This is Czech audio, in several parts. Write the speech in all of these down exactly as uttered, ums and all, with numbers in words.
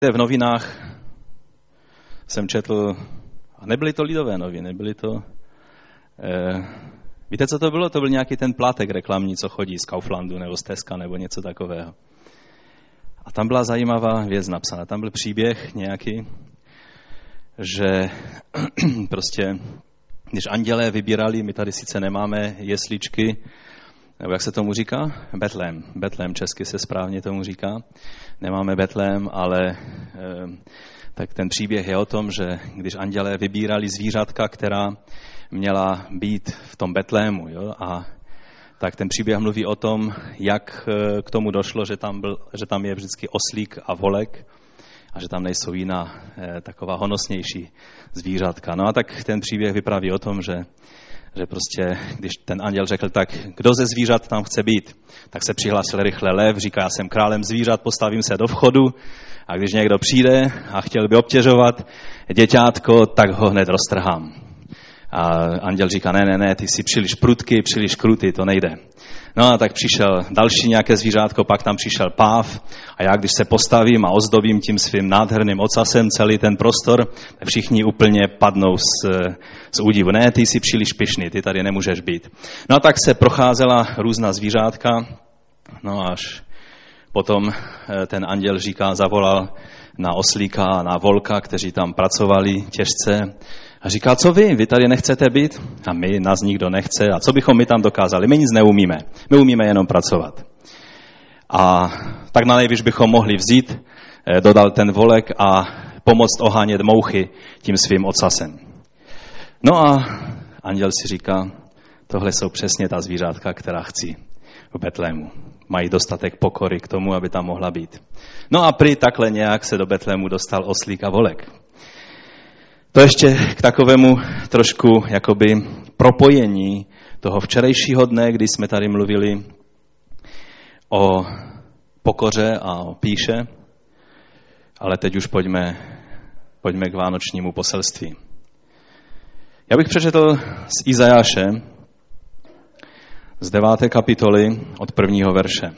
V novinách jsem četl, a nebyly to Lidové noviny, byly to, eh, víte, co to bylo? To byl nějaký ten plátek reklamní, co chodí z Kauflandu nebo z Teska nebo něco takového. A tam byla zajímavá věc napsána, tam byl příběh nějaký, že prostě, když andělé vybírali, my tady sice nemáme jesličky, nebo jak se tomu říká? Betlém. Betlém česky se správně tomu říká. Nemáme Betlém, ale e, tak ten příběh je o tom, že když andělé vybírali zvířatka, která měla být v tom Betlému, jo, a tak ten příběh mluví o tom, jak k tomu došlo, že tam, byl, že tam je vždycky oslík a volek a že tam nejsou jiná e, taková honosnější zvířatka. No a tak ten příběh vypráví o tom, že že prostě, když ten anděl řekl, tak kdo ze zvířat tam chce být, tak se přihlásil rychle lev, říká, já jsem králem zvířat, postavím se do vchodu a když někdo přijde a chtěl by obtěžovat děťátko, tak ho hned roztrhám. A anděl říká, ne, ne, ne, ty jsi příliš prudký, příliš krutý, to nejde. No a tak přišel další nějaké zvířátko, pak tam přišel páv a já, když se postavím a ozdobím tím svým nádherným ocasem celý ten prostor, tak všichni úplně padnou z, z údivu. Ne, ty jsi příliš pyšný, ty tady nemůžeš být. No a tak se procházela různá zvířátka, no až potom ten anděl říká, zavolal na oslíka a na volka, kteří tam pracovali těžce, a říká, co vy? Vy tady nechcete být? A my, nás nikdo nechce. A co bychom my tam dokázali? My nic neumíme. My umíme jenom pracovat. A tak na nejvíc bychom mohli vzít, dodal ten volek a pomoct ohánět mouchy tím svým ocasem. No a anděl si říká, tohle jsou přesně ta zvířátka, která chci v Betlému. Mají dostatek pokory k tomu, aby tam mohla být. No a prý takhle nějak se do Betlému dostal oslík a volek. To ještě k takovému trošku jakoby propojení toho včerejšího dne, kdy jsme tady mluvili o pokoře a o píše, ale teď už pojďme, pojďme k vánočnímu poselství. Já bych přečetl z Izajáše z deváté kapitoly od prvního verše.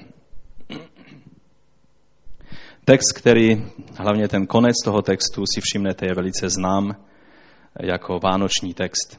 Text, který, hlavně ten konec toho textu, si všimnete, je velice znám jako vánoční text.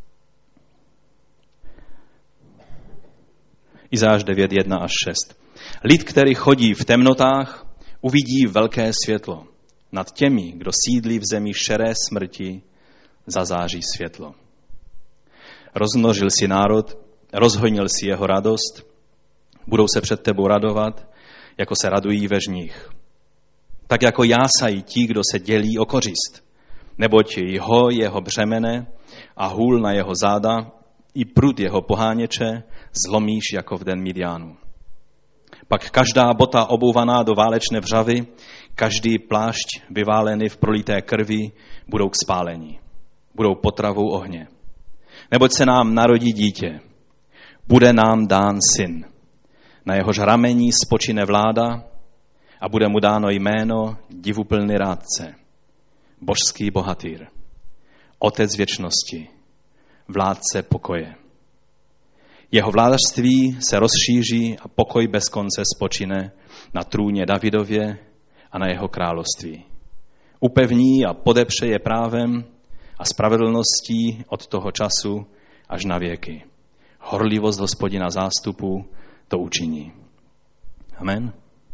Izajáš devět, jedna až šest. Lid, který chodí v temnotách, uvidí velké světlo. Nad těmi, kdo sídlí v zemi šeré smrti, zazáří světlo. Rozmnožil si národ, rozhojnil si jeho radost, budou se před tebou radovat, jako se radují ve žních. Tak jako jásají ti, kdo se dělí o kořist. Neboť jeho, jeho břemene a hůl na jeho záda i prud jeho poháněče zlomíš jako v den Midiánu. Pak každá bota obouvaná do válečné vřavy, každý plášť vyválený v prolité krvi budou k spálení. Budou potravou ohně. Neboť se nám narodí dítě. Bude nám dán syn. Na jehož ramení spočine vláda a bude mu dáno jméno divuplný rádce, božský bohatýr, otec věčnosti, vládce pokoje. Jeho vládařství se rozšíří a pokoj bez konce spočine na trůně Davidově a na jeho království. Upevní a podepře je právem a spravedlností od toho času až na věky. Horlivost Hospodina zástupu to učiní. Amen.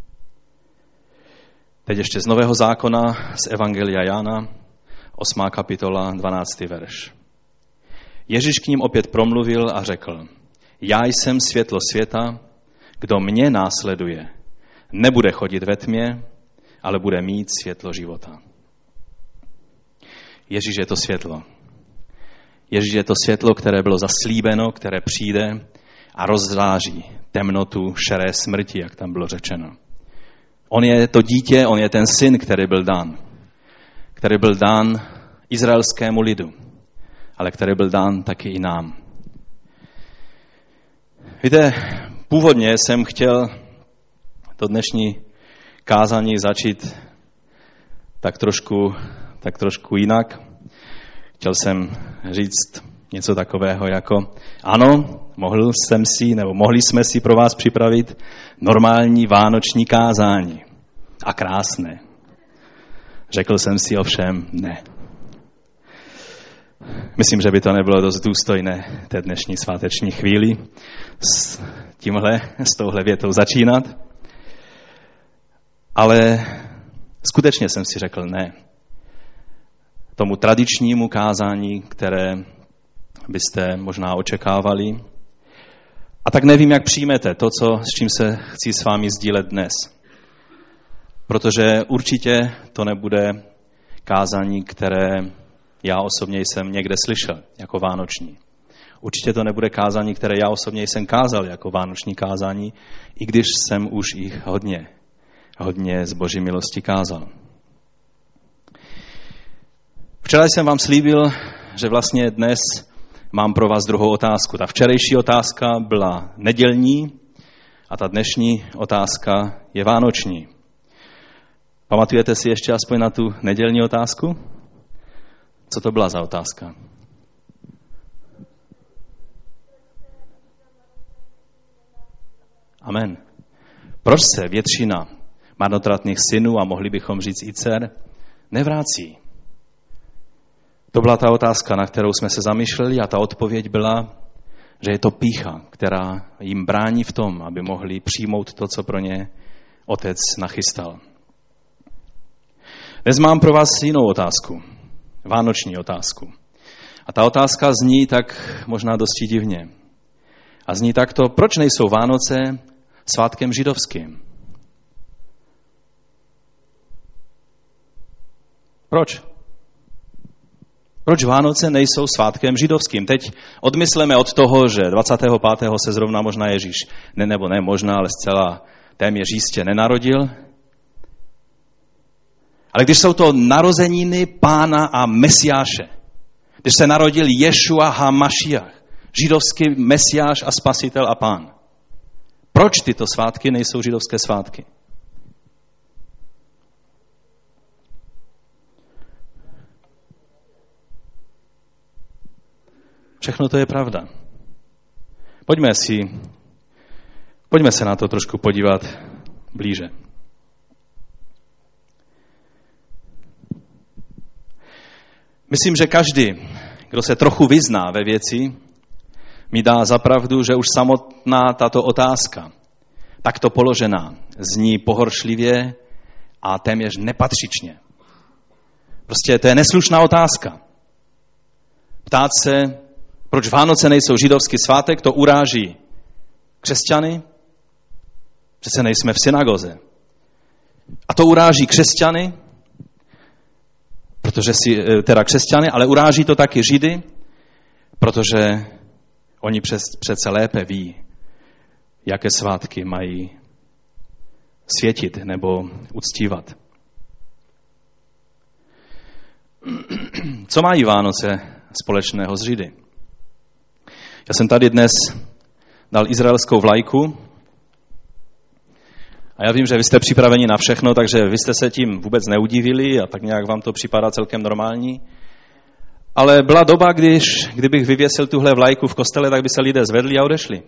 Teď ještě z Nového zákona, z Evangelia Jana, osmá kapitola, dvanáctý verš. Ježíš k ním opět promluvil a řekl, já jsem světlo světa, kdo mě následuje, nebude chodit ve tmě, ale bude mít světlo života. Ježíš je to světlo. Ježíš je to světlo, které bylo zaslíbeno, které přijde a rozzáří temnotu šeré smrti, jak tam bylo řečeno. On je to dítě, on je ten syn, který byl dán. Který byl dán izraelskému lidu, ale který byl dán taky i nám. Víte, původně jsem chtěl to dnešní kázání začít tak trošku, tak trošku jinak. Chtěl jsem říct něco takového jako, ano, mohl jsem si, nebo mohli jsme si pro vás připravit normální vánoční kázání. A krásné. Řekl jsem si ovšem ne. Myslím, že by to nebylo dost důstojné té dnešní sváteční chvíli s tímhle, s touhle větou začínat. Ale skutečně jsem si řekl ne. Tomu tradičnímu kázání, které byste možná očekávali. A tak nevím, jak přijmete to, co, s čím se chci s vámi sdílet dnes. Protože určitě to nebude kázání, které já osobně jsem někde slyšel jako vánoční. Určitě to nebude kázání, které já osobně jsem kázal jako vánoční kázání, i když jsem už jich hodně, hodně z Boží milosti kázal. Včera jsem vám slíbil, že vlastně dnes mám pro vás druhou otázku. Ta včerejší otázka byla nedělní a ta dnešní otázka je vánoční. Pamatujete si ještě aspoň na tu nedělní otázku? Co to byla za otázka? Amen. Proč se většina marnotratných synů, a mohli bychom říct i dcer, nevrací? To byla ta otázka, na kterou jsme se zamýšleli, a ta odpověď byla, že je to pýcha, která jim brání v tom, aby mohli přijmout to, co pro ně Otec nachystal. Dnes mám pro vás jinou otázku, vánoční otázku. A ta otázka zní tak možná dosti divně. A zní takto, proč nejsou Vánoce svátkem židovským? Proč? Proč Vánoce nejsou svátkem židovským? Teď odmysleme od toho, že dvacátého pátého se zrovna možná Ježíš, ne nebo ne možná, ale zcela téměř jistě nenarodil. Ale když jsou to narozeniny Pána a Mesiáše, když se narodil Ješua HaMašiach, židovský Mesiáš a Spasitel a Pán. Proč tyto svátky nejsou židovské svátky? Všechno to je pravda. Pojďme si, pojďme se na to trošku podívat blíže. Myslím, že každý, kdo se trochu vyzná ve věci, mi dá za pravdu, že už samotná tato otázka, takto položená, zní pohoršlivě a téměř nepatřičně. Prostě to je neslušná otázka. Ptát se, proč Vánoce nejsou židovský svátek, to uráží křesťany, přece nejsme v synagoze. A to uráží křesťany, protože si, teda křesťany, ale uráží to taky Židy, protože oni přes, přece lépe ví, jaké svátky mají světit nebo uctívat. Co mají Vánoce společného s Židy? Já jsem tady dnes dal izraelskou vlajku a já vím, že vy jste připraveni na všechno, takže vy jste se tím vůbec neudivili a tak nějak vám to připadá celkem normální. Ale byla doba, když, kdybych vyvěsil tuhle vlajku v kostele, tak by se lidé zvedli a odešli.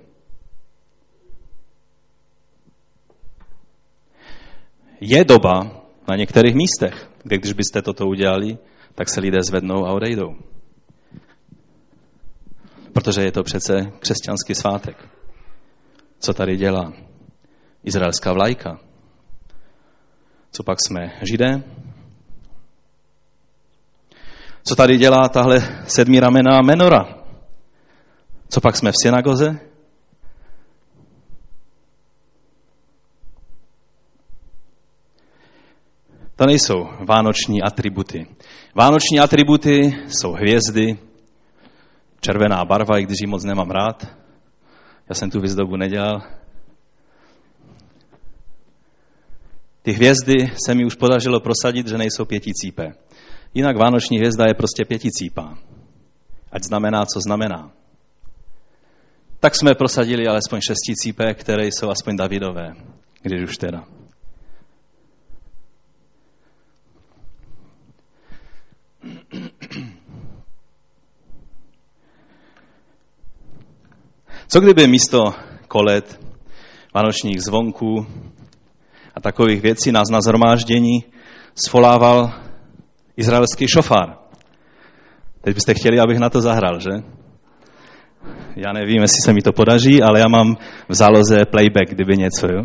Je doba na některých místech, kde když byste toto udělali, tak se lidé zvednou a odejdou. Protože je to přece křesťanský svátek. Co tady dělá izraelská vlajka? Co pak jsme Židé? Co tady dělá tahle sedmiramenná menora? Co pak jsme v synagoze? To nejsou vánoční atributy. Vánoční atributy jsou hvězdy, červená barva, i když ji moc nemám rád. Já jsem tu výzdobu nedělal. Ty hvězdy se mi už podařilo prosadit, že nejsou pěticípé. Jinak vánoční hvězda je prostě pěticípá. Ať znamená, co znamená. Tak jsme prosadili alespoň šesticípé, které jsou aspoň Davidové, když už teda. Co kdyby místo kolet, vánočních zvonků a takových věcí nás na shromáždění svolával izraelský šofár. Teď byste chtěli, abych na to zahrál, že? Já nevím, jestli se mi to podaří, ale já mám v záloze playback, kdyby něco, jo?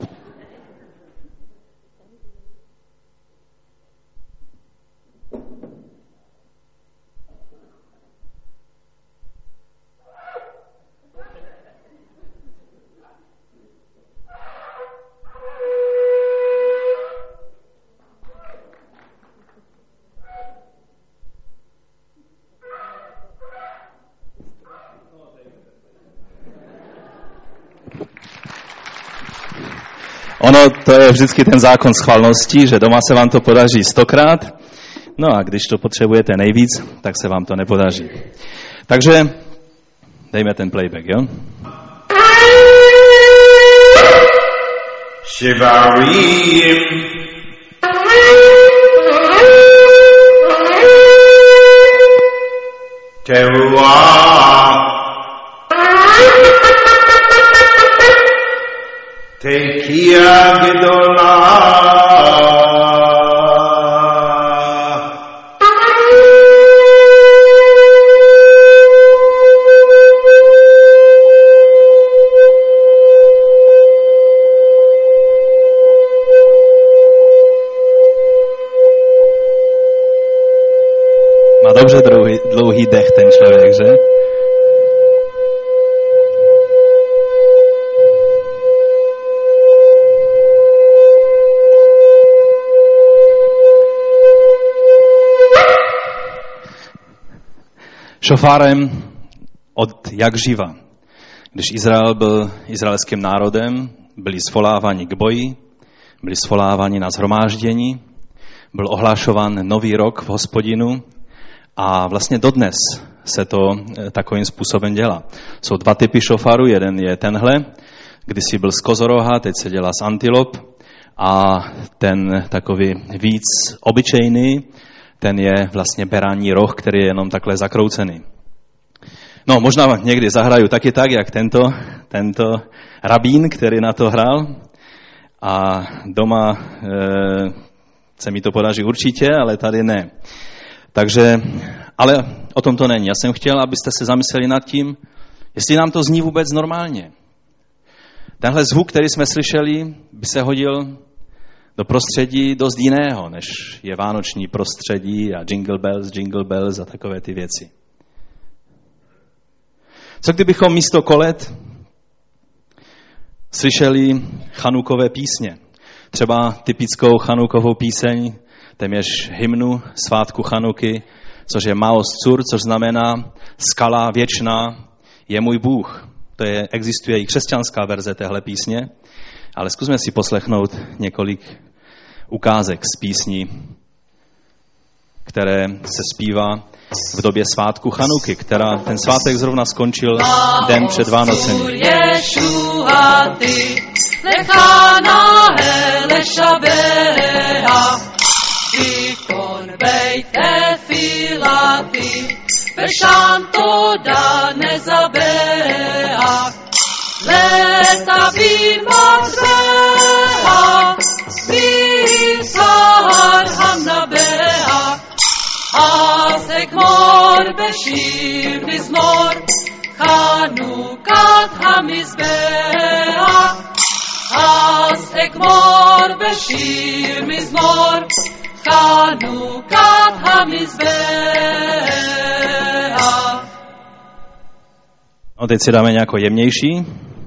Ono, to je vždycky ten zákon schválnosti, že doma se vám to podaří stokrát, no a když to potřebujete nejvíc, tak se vám to nepodaří. Takže dejme ten playback, jo? Shivarim Teruah Tekia Gedolah Má dobře dlouhý, dlouhý dech ten člověk, že? Šofárem od jak živa. Když Izrael byl izraelským národem, byli svoláváni k boji, byli svoláváni na shromáždění, byl ohlašován nový rok v Hospodinu a vlastně dodnes se to takovým způsobem dělá. Jsou dva typy šofáru, jeden je tenhle, kdysi byl z kozoroha, teď se dělá z antilop a ten takový víc obyčejný, ten je vlastně beránní roh, který je jenom takhle zakroucený. No, možná někdy zahraju taky tak, jak tento, tento rabín, který na to hrál. A doma e, se mi to podaří určitě, ale tady ne. Takže, ale o tom to není. Já jsem chtěl, abyste se zamysleli nad tím, jestli nám to zní vůbec normálně. Tenhle zvuk, který jsme slyšeli, by se hodil do prostředí dost jiného, než je vánoční prostředí a jingle bells, jingle bells a takové ty věci. Co kdybychom místo kolet slyšeli chanukové písně? Třeba typickou chanukovou píseň, téměř hymnu svátku Chanuky, což je Maos Cur, což znamená skala věčná je můj Bůh. To je, existuje i křesťanská verze téhle písně, ale zkusme si poslechnout několik ukázek z písní, které se zpívá v době svátku Chanuky, která ten svátek zrovna skončil den před Vánocemi. Asegmor beshir mizmor Chanukat hamizbeach Asegmor beshir mizmor Chanukat hamizbeach. No teď si dáme nějakou jemnější.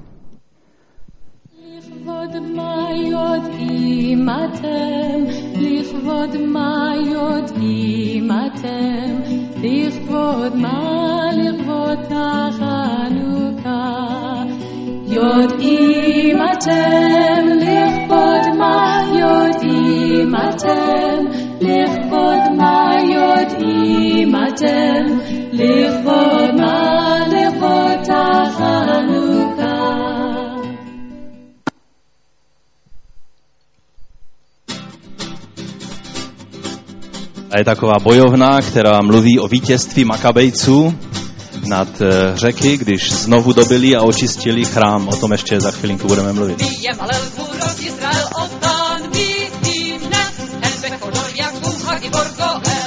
לכבוד מה יודעים אתם, לכבוד מה לכבוד החנוכה. יודעים אתם, לכבוד מה יודעים אתם, לכבוד מה יודעים אתם, לכבוד מה לכבוד החנוכה. A je taková bojovna, která mluví o vítězství Makabejců nad řeky, když znovu dobili a očistili chrám. O tom ještě za chvilinku budeme mluvit. Izrael,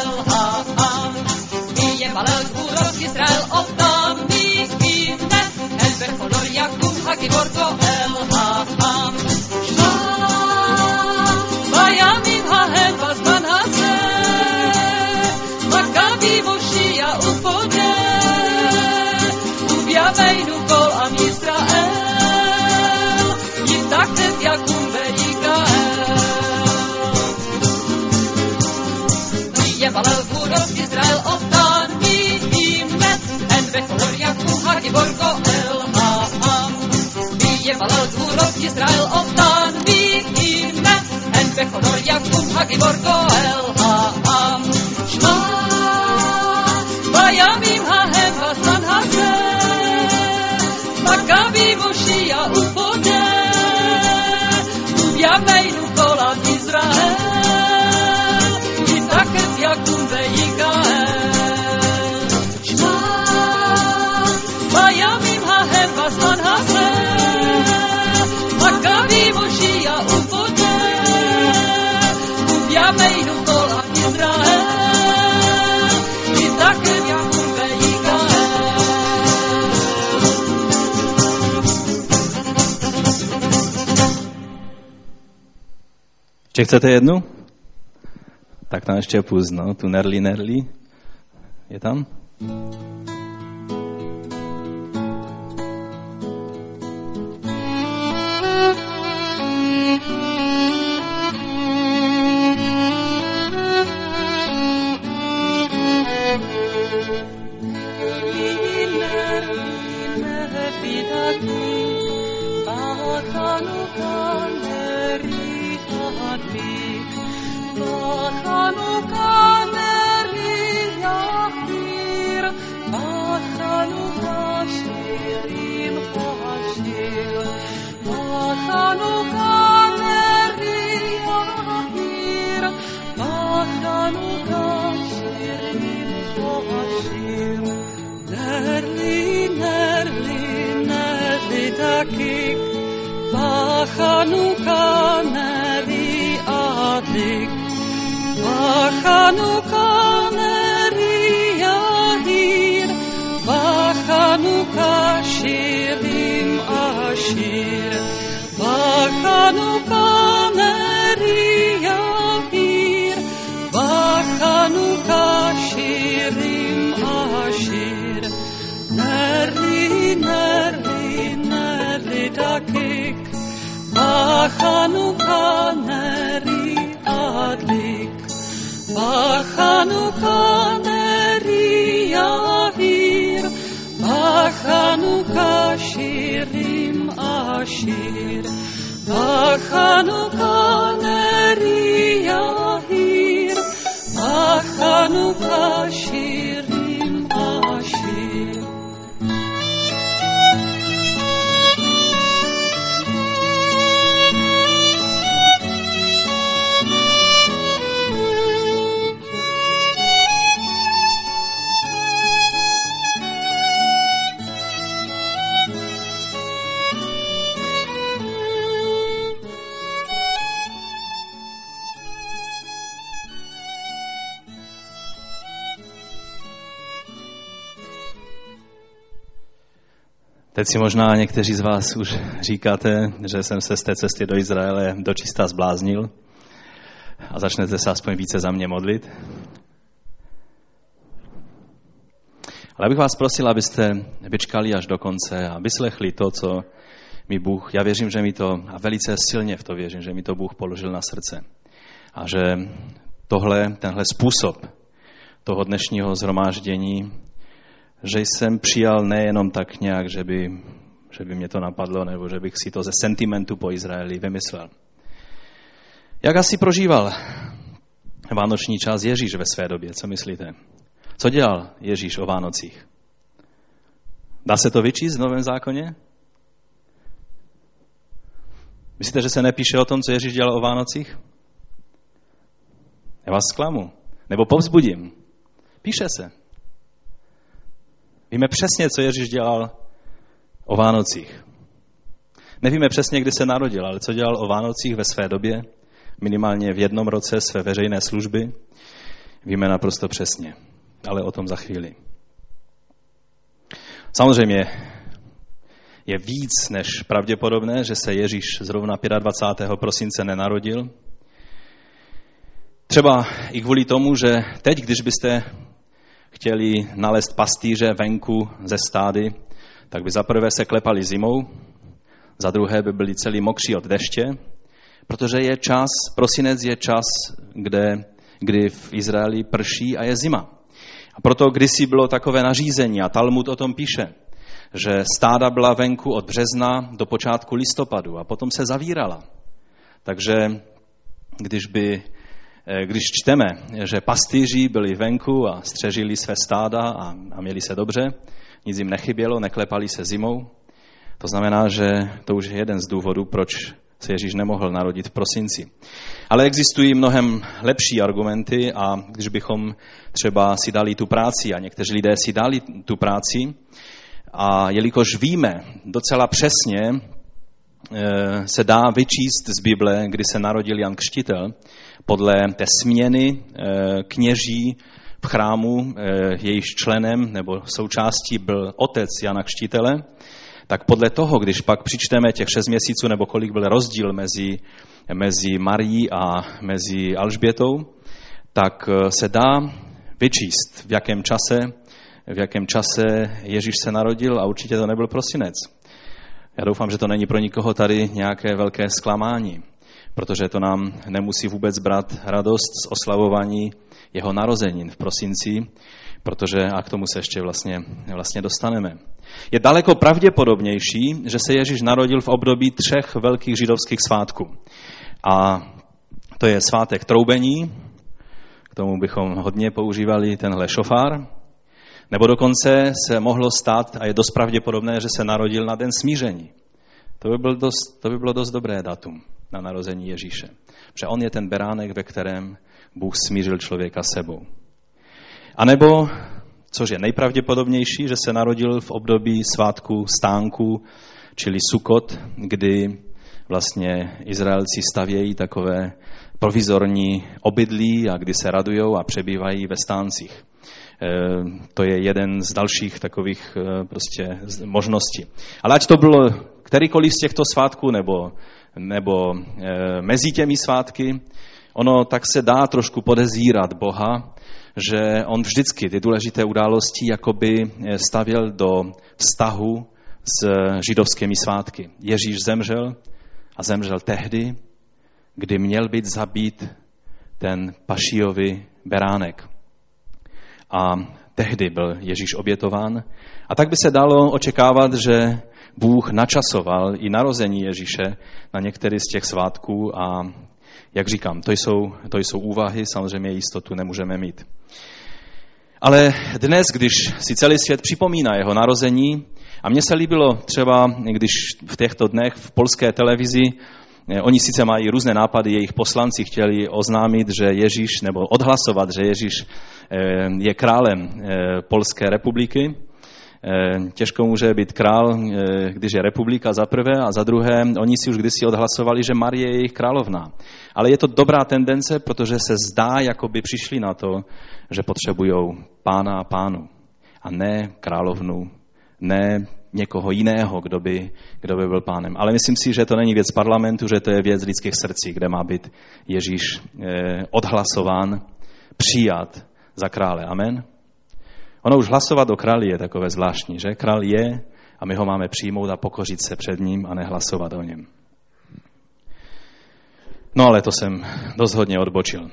Jevalel Gurov Izrael Oftan Vime En Bechor Yakum Hagiborgo El Ha'am Jevalel Gurov Izrael Oftan Vime En Bechor Yakum Hagiborgo El Ha'am Shma Bayamim Hahem Vasan Hazeh Makavi Moshia Upodeh Ubiameinu Kolat Israel Itaket Yakum Veyigael Shma Bayamim Hahem Vasan Hazeh Makavi Moshia Upodeh Ubiameinu Kolat Israel Itaket Yakum Veyigael Či chcete jednu? Tak tam ještě pust, no, tu Nerli Nerli. Je tam? Chanukah neri adlik, Chanukah neri yahir, Chanukah shirim ashir, Chanukah neri yahir, Chanukah shirim ashir, Nerli nerli nerli dakik. Chanukah neri adlik, Chanukah neri yahir, Chanukah shirim ashir, Chanukah neri yahir, Chanukah shirim ashir. Teď si možná někteří z vás už říkáte, že jsem se z té cesty do Izraele dočista zbláznil a začnete se aspoň více za mě modlit. Ale bych vás prosil, abyste vyčkali až do konce a vyslechli to, co mi Bůh, já věřím, že mi to, a velice silně v to věřím, že mi to Bůh položil na srdce. A že tohle, tenhle způsob toho dnešního shromáždění, že jsem přijal nejenom tak nějak, že by, že by mě to napadlo, nebo že bych si to ze sentimentu po Izraeli vymyslel. Jak asi prožíval vánoční čas Ježíš ve své době? Co myslíte? Co dělal Ježíš o Vánocích? Dá se to vyčíst v Novém zákoně? Myslíte, že se nepíše o tom, co Ježíš dělal o Vánocích? Já vás zklamu. Nebo povzbudím. Píše se. Víme přesně, co Ježíš dělal o Vánocích. Nevíme přesně, kdy se narodil, ale co dělal o Vánocích ve své době, minimálně v jednom roce své veřejné služby, víme naprosto přesně. Ale o tom za chvíli. Samozřejmě je víc než pravděpodobné, že se Ježíš zrovna dvacátého pátého prosince nenarodil. Třeba i kvůli tomu, že teď, když byste chtěli nalézt pastýře venku ze stády, tak by zaprvé se klepali zimou, za druhé by byli celý mokří od deště, protože je čas, prosinec je čas, kde kdy v Izraeli prší a je zima. A proto kdysi bylo takové nařízení, a Talmud o tom píše, že stáda byla venku od března do počátku listopadu a potom se zavírala. Takže když, by, když čteme, že pastýři byli venku a střežili své stáda a, a měli se dobře, nic jim nechybělo, neklepali se zimou, to znamená, že to už je jeden z důvodů, proč se Ježíš nemohl narodit v prosinci. Ale existují mnohem lepší argumenty a když bychom třeba si dali tu práci a někteří lidé si dali tu práci a jelikož víme docela přesně, se dá vyčíst z Bible, kdy se narodil Jan Křtitel, podle té směny kněží v chrámu, jejíž členem nebo součástí byl otec Jana Křtitele, tak podle toho, když pak přičteme těch šest měsíců, nebo kolik byl rozdíl mezi, mezi Marií a mezi Alžbětou, tak se dá vyčíst, v jakém čase, v jakém čase Ježíš se narodil a určitě to nebyl prosinec. Já doufám, že to není pro nikoho tady nějaké velké zklamání, protože to nám nemusí vůbec brát radost z oslavování jeho narozenin v prosinci, protože a k tomu se ještě vlastně, vlastně dostaneme. Je daleko pravděpodobnější, že se Ježíš narodil v období třech velkých židovských svátků. A to je svátek troubení, k tomu bychom hodně používali tenhle šofár, nebo dokonce se mohlo stát, a je dost pravděpodobné, že se narodil na den smíření. To by, byl dost, to by bylo dost dobré datum na narození Ježíše. Protože on je ten beránek, ve kterém Bůh smířil člověka sebou. A nebo, což je nejpravděpodobnější, že se narodil v období svátku stánku, čili Sukot, kdy vlastně Izraelci stavějí takové provizorní obydlí a kdy se radujou a přebývají ve stáncích. To je jeden z dalších takových prostě možností. Ale ať to bylo kterýkoliv z těchto svátků nebo, nebo mezi těmi svátky, ono tak se dá trošku podezírat Boha, že on vždycky ty důležité události jakoby stavěl do vztahu s židovskými svátky. Ježíš zemřel a zemřel tehdy, kdy měl být zabít ten pašijový beránek. A tehdy byl Ježíš obětován. A tak by se dalo očekávat, že Bůh načasoval i narození Ježíše na některý z těch svátků a jak říkám, to jsou, to jsou úvahy, samozřejmě jistotu nemůžeme mít. Ale dnes, když si celý svět připomíná jeho narození, a mně se líbilo třeba, když v těchto dnech v polské televizi, oni sice mají různé nápady, jejich poslanci chtěli oznámit, že Ježíš, nebo odhlasovat, že Ježíš je králem Polské republiky. Těžko může být král, když je republika za prvé a za druhé, oni si už kdysi odhlasovali, že Marie je jejich královna. Ale je to dobrá tendence, protože se zdá, jako by přišli na to, že potřebují pána a pánu a ne královnu, ne někoho jiného, kdo by, kdo by byl pánem. Ale myslím si, že to není věc parlamentu, že to je věc lidských srdcí, kde má být Ježíš odhlasován, přijat za krále. Amen. Ono už hlasovat o králi je takové zvláštní, že? Král je a my ho máme přijmout a pokořit se před ním a nehlasovat o něm. No ale to jsem dost hodně odbočil.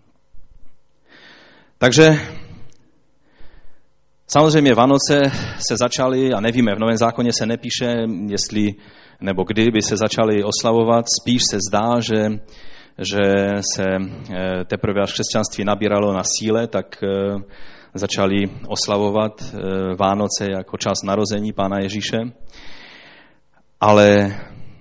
Takže samozřejmě Vánoce se začaly, a nevíme, v Novém zákoně se nepíše, jestli nebo kdy by se začaly oslavovat, spíš se zdá, že, že se teprve až křesťanství nabíralo na síle, tak začali oslavovat Vánoce jako čas narození Pána Ježíše. Ale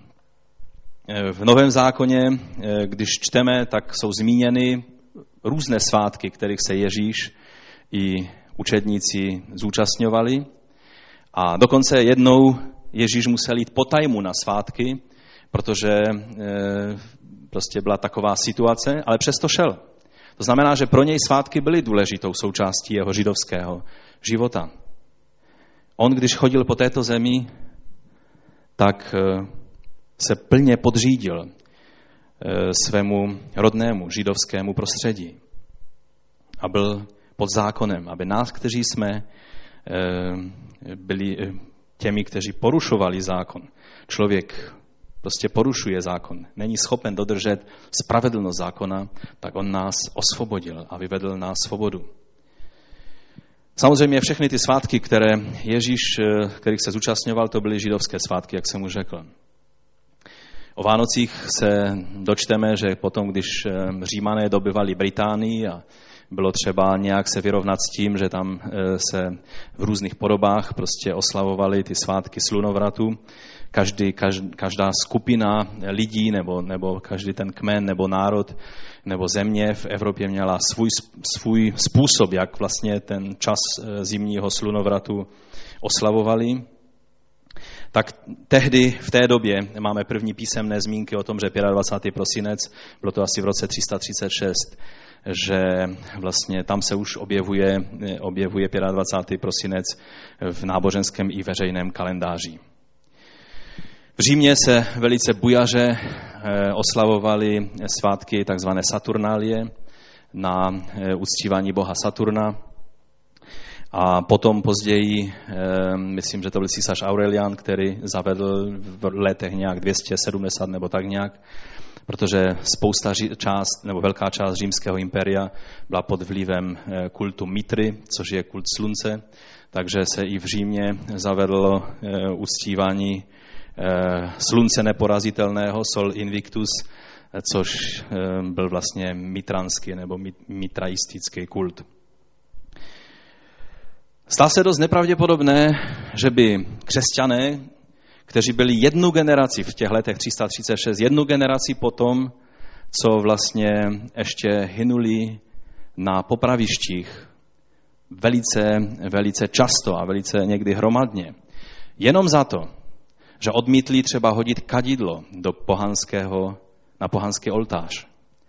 v Novém zákoně, když čteme, tak jsou zmíněny různé svátky, kterých se Ježíš i učedníci zúčastňovali. A dokonce jednou Ježíš musel jít po tajmu na svátky, protože prostě byla taková situace, ale přesto šel. To znamená, že pro něj svátky byly důležitou součástí jeho židovského života. On, když chodil po této zemi, tak se plně podřídil svému rodnému židovskému prostředí. A byl pod zákonem, aby nás, kteří jsme byli těmi, kteří porušovali zákon, člověk prostě porušuje zákon, není schopen dodržet spravedlnost zákona, tak on nás osvobodil a vyvedl nás svobodu. Samozřejmě všechny ty svátky, které Ježíš, kterých se zúčastňoval, to byly židovské svátky, jak jsem už řekl. O Vánocích se dočteme, že potom, když Římané dobyvali Británii a bylo třeba nějak se vyrovnat s tím, že tam se v různých podobách prostě oslavovali ty svátky slunovratu, Každý, každá skupina lidí nebo, nebo každý ten kmen nebo národ nebo země v Evropě měla svůj, svůj způsob, jak vlastně ten čas zimního slunovratu oslavovali. Tak tehdy, v té době, máme první písemné zmínky o tom, že dvacátého pátého prosinec, bylo to asi v roce tři sta třicet šest, že vlastně tam se už objevuje, objevuje dvacátého pátého prosinec v náboženském i veřejném kalendáři. V Římě se velice bujaře oslavovaly svátky takzvané Saturnálie na uctívání boha Saturna. A potom později, myslím, že to byl císař Aurelian, který zavedl v letech nějak dvě stě sedmdesát nebo tak nějak, protože spousta část, nebo velká část římského impéria byla pod vlivem kultu Mitry, což je kult slunce, takže se i v Římě zavedlo uctívání slunce neporazitelného, Sol Invictus, což byl vlastně mitranský nebo mitraistický kult. Stá se dost nepravděpodobné, že by křesťané, kteří byli jednu generaci v těch letech tři sta třicet šest, jednu generaci potom, co vlastně ještě hynuli na popravištích velice, velice často a velice někdy hromadně, jenom za to, že odmítli třeba hodit kadidlo do pohanského, na pohanský oltář.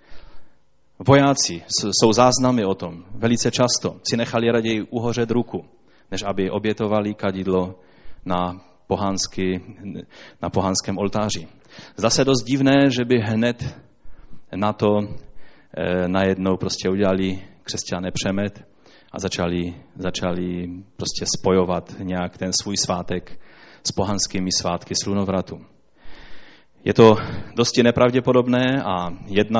Vojáci, jsou záznamy o tom, velice často si nechali raději uhořet ruku, než aby obětovali kadidlo na, pohanský, na pohanském oltáři. Zase dost divné, že by hned na to eh, najednou prostě udělali křesťané přemet a začali, začali prostě spojovat nějak ten svůj svátek s pohanskými svátky slunovratu. Je to dosti nepravděpodobné a jedna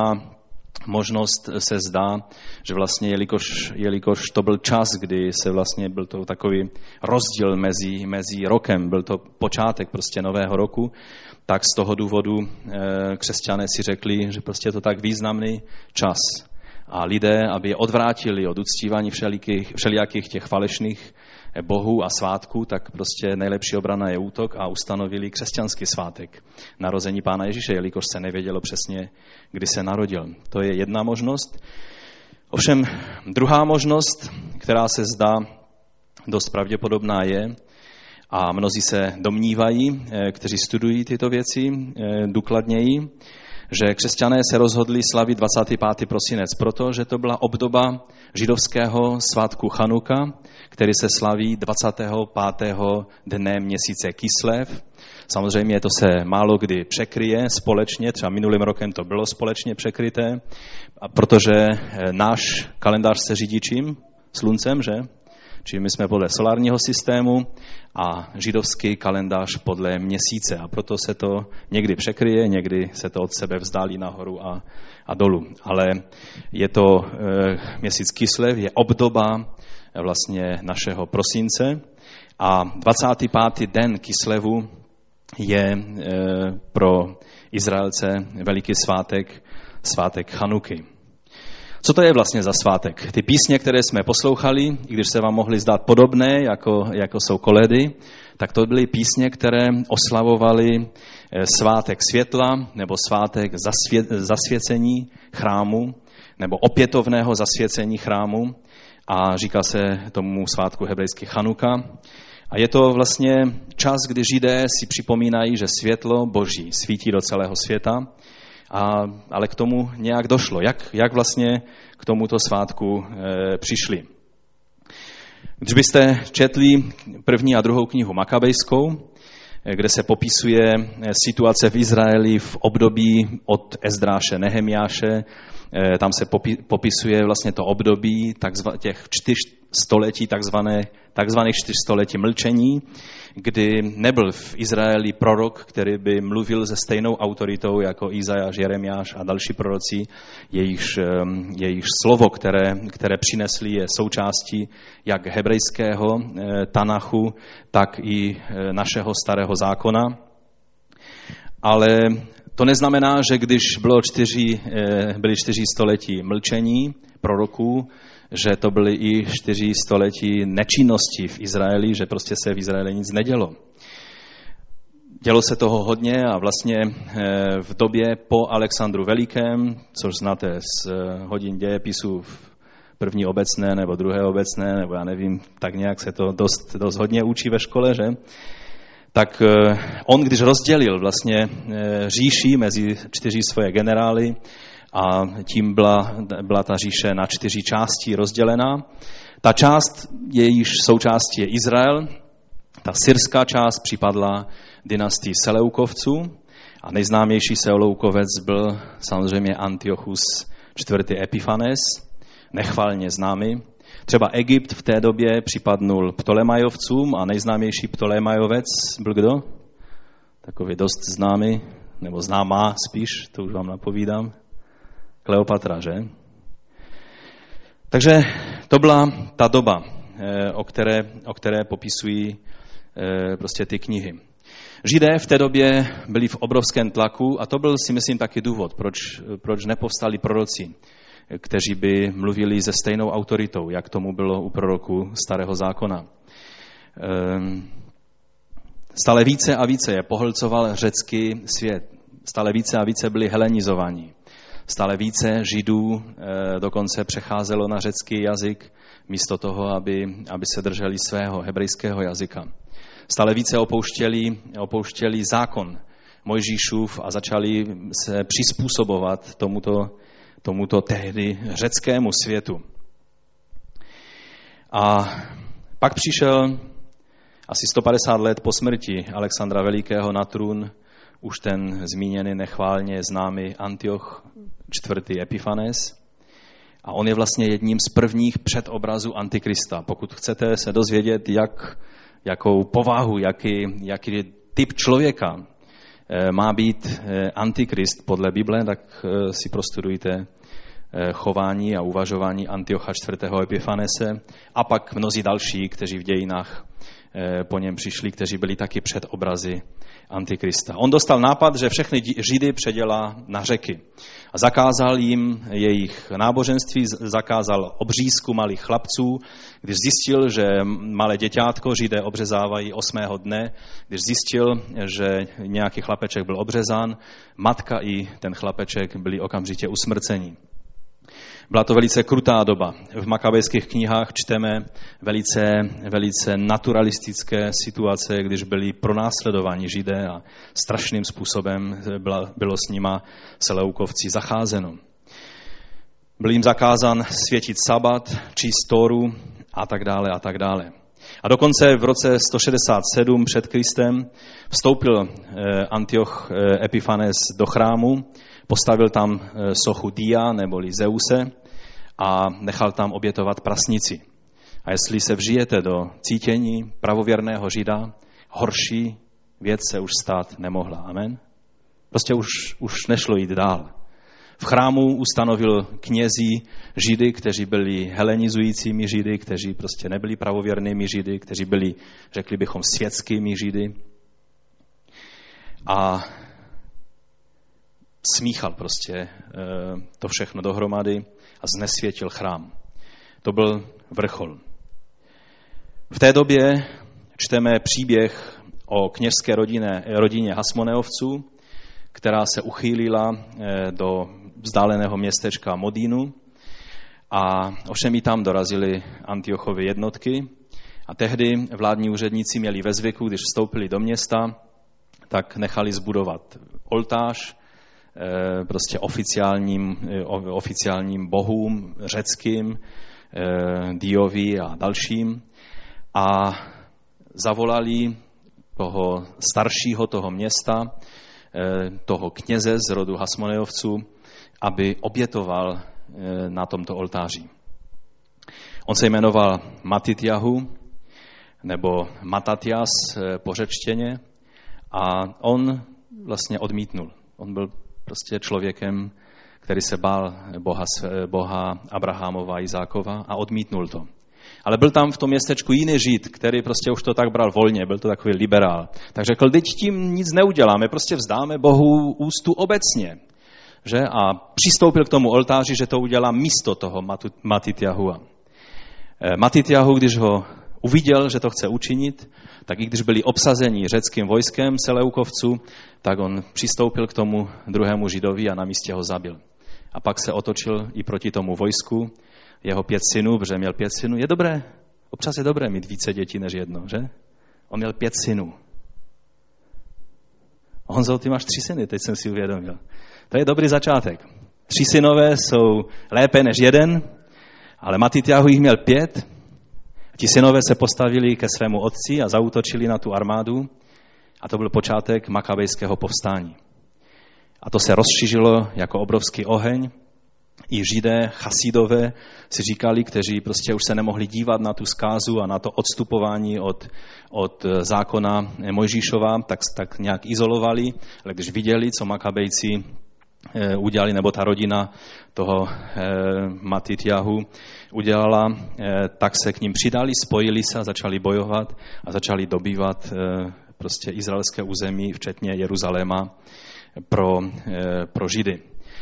možnost se zdá, že vlastně jelikož, jelikož to byl čas, kdy se vlastně byl to takový rozdíl mezi, mezi rokem, byl to počátek prostě nového roku, tak z toho důvodu e, křesťané si řekli, že prostě je to tak významný čas. A lidé, aby je odvrátili od uctívání všelijakých těch falešných bohů a svátků, tak prostě nejlepší obrana je útok a ustanovili křesťanský svátek narození Pána Ježíše, jelikož se nevědělo přesně, kdy se narodil. To je jedna možnost. Ovšem druhá možnost, která se zdá dost pravděpodobná je, a mnozí se domnívají, kteří studují tyto věci důkladněji, že křesťané se rozhodli slavit dvacátého pátého prosinec, protože to byla obdoba židovského svátku Chanuka, který se slaví dvacátého pátého dne měsíce Kislev. Samozřejmě to se málo kdy překryje společně, třeba minulým rokem to bylo společně překryté, protože náš kalendář se řídí čím? Sluncem, že? Čili my jsme podle solárního systému a židovský kalendář podle měsíce. A proto se to někdy překryje, někdy se to od sebe vzdálí nahoru a, a dolů. Ale je to e, měsíc Kislev, je obdoba vlastně našeho prosince a dvacátý pátý den Kislevu je e, pro Izraelce veliký svátek, svátek Chanuky. Co to je vlastně za svátek? Ty písně, které jsme poslouchali, i když se vám mohly zdát podobné, jako, jako jsou koledy, tak to byly písně, které oslavovaly svátek světla nebo svátek zasvě, zasvěcení chrámu nebo opětovného zasvěcení chrámu a říká se tomu svátku hebrejsky Chanuka. A je to vlastně čas, kdy Židé si připomínají, že světlo Boží svítí do celého světa, a, ale k tomu nějak došlo. Jak, jak vlastně k tomuto svátku e, přišli? Když byste četli první a druhou knihu Makabejskou, kde se popisuje situace v Izraeli v období od Ezdráše, Nehemiáše, Tam se popisuje vlastně to období takzva, těch čtyř století, takzvané, takzvaných čtyř století mlčení, kdy nebyl v Izraeli prorok, který by mluvil se stejnou autoritou jako Izajáš, Jeremiáš a další proroci. Jejichž, jejichž slovo, které, které přinesli, je součástí jak hebrejského Tanachu, tak i našeho starého zákona. Ale to neznamená, že když bylo čtyři, byly čtyři století mlčení proroků, že to byly i čtyři století nečinnosti v Izraeli, že prostě se v Izraeli nic nedělo. Dělo se toho hodně a vlastně v době po Alexandru Velikém, což znáte z hodin dějepisů první obecné nebo druhé obecné, nebo já nevím, tak nějak se to dost, dost hodně učí ve škole, že? Tak on, když rozdělil vlastně říši mezi čtyři svoje generály a tím byla, byla ta říše na čtyři části rozdělená, ta část, jejíž součástí je Izrael, ta syrská část připadla dynastii Seleukovců a nejznámější Seleukovec byl samozřejmě Antiochus čtvrtý Epifanes, nechvalně známý. Třeba Egypt v té době připadnul Ptolemajovcům a nejznámější Ptolemajovec byl kdo? Takový dost známý, nebo známá spíš, to už vám napovídám. Kleopatra, že? Takže to byla ta doba, o které, o které popisují prostě ty knihy. Židé v té době byli v obrovském tlaku a to byl, si myslím, taky důvod, proč, proč nepovstali proroci, kteří by mluvili se stejnou autoritou, jak tomu bylo u proroků starého zákona. Stále více a více je pohlcoval řecký svět. Stále více a více byli helenizovaní. Stále více Židů dokonce přecházelo na řecký jazyk, místo toho, aby, aby se drželi svého hebrejského jazyka. Stále více opouštěli, opouštěli zákon Mojžíšův a začali se přizpůsobovat tomuto tomuto tehdy řeckému světu. A pak přišel asi sto padesát let po smrti Alexandra Velikého na trůn už ten zmíněný nechválně známý Antioch čtvrtý Epifanes. A on je vlastně jedním z prvních předobrazů Antikrista. Pokud chcete se dozvědět, jak, jakou povahu, jaký, jaký typ člověka má být Antikrist podle Bible, tak si prostudujte chování a uvažování Antiocha čtvrtého Epifanese a pak mnozí další, kteří v dějinách po něm přišli, kteří byli taky předobrazy Antikrista. On dostal nápad, že všechny Židy předělá na řeky a zakázal jim jejich náboženství, zakázal obřízku malých chlapců, když zjistil, že malé děťátko Židé obřezávají osmého dne, když zjistil, že nějaký chlapeček byl obřezán, matka i ten chlapeček byli okamžitě usmrceni. Byla to velice krutá doba. V makabejských knihách čteme velice, velice naturalistické situace, když byli pronásledováni Židé a strašným způsobem byla, bylo s nima Seleukovci zacházeno. Byl jim zakázán světit sabat, číst Tóru a tak dále a tak dále. A dokonce v roce sto šedesát sedm před Kristem vstoupil Antioch Epifanes do chrámu, postavil tam sochu Dia neboli Zeuse a nechal tam obětovat prasnici. A jestli se vžijete do cítění pravověrného Žida, horší věc se už stát nemohla. Amen? Prostě už, už nešlo jít dál. V chrámu ustanovil knězí Židy, kteří byli helenizujícími Židy, kteří prostě nebyli pravověrnými Židy, kteří byli, řekli bychom, světskými Židy. A smíchal prostě to všechno dohromady a znesvětil chrám. To byl vrchol. V té době čteme příběh o kněžské rodině, rodině Hasmoneovců, která se uchýlila do vzdáleného městečka Modínu a ovšem i tam dorazily Antiochovy jednotky a tehdy vládní úředníci měli ve zvyku, když vstoupili do města, tak nechali zbudovat oltář prostě oficiálním, oficiálním bohům, řeckým, Diovi a dalším a zavolali toho staršího toho města, toho kněze z rodu Hasmoneovců, aby obětoval na tomto oltáři. On se jmenoval Matitjahu, nebo Matatias po řečtěně, a on vlastně odmítnul. On byl prostě člověkem, který se bál Boha, Boha Abrahamova, Izákova a odmítnul to. Ale byl tam v tom městečku jiný Žid, který prostě už to tak bral volně, byl to takový liberál. Tak řekl, teď tím nic neuděláme, prostě vzdáme Bohu úctu obecně. Že? A přistoupil k tomu oltáři, že to udělá místo toho Matitjahua. Matitjahu, když ho uviděl, že to chce učinit, tak i když byli obsazeni řeckým vojskem Seleukovců, tak on přistoupil k tomu druhému Židovi a na místě ho zabil. A pak se otočil i proti tomu vojsku, jeho pět synů, protože měl pět synů. Je dobré, občas je dobré mít více dětí než jedno, že? On měl pět synů. Honzo, ty máš tři syny, teď jsem si uvědomil. To je dobrý začátek. Tři synové jsou lépe než jeden, ale Matitjahu jich měl pět. Ti synové se postavili ke svému otci a zaútočili na tu armádu a to byl počátek makabejského povstání. A to se rozšířilo jako obrovský oheň. I Židé, Chasidové si říkali, kteří prostě už se nemohli dívat na tu zkázu a na to odstupování od, od zákona Mojžíšova, tak, tak nějak izolovali, ale když viděli, co Makabejci e, udělali, nebo ta rodina toho e, Matitjahu udělala, e, tak se k ním přidali, spojili se a začali bojovat a začali dobývat e, prostě izraelské území, včetně Jeruzaléma, pro, e, pro Židy.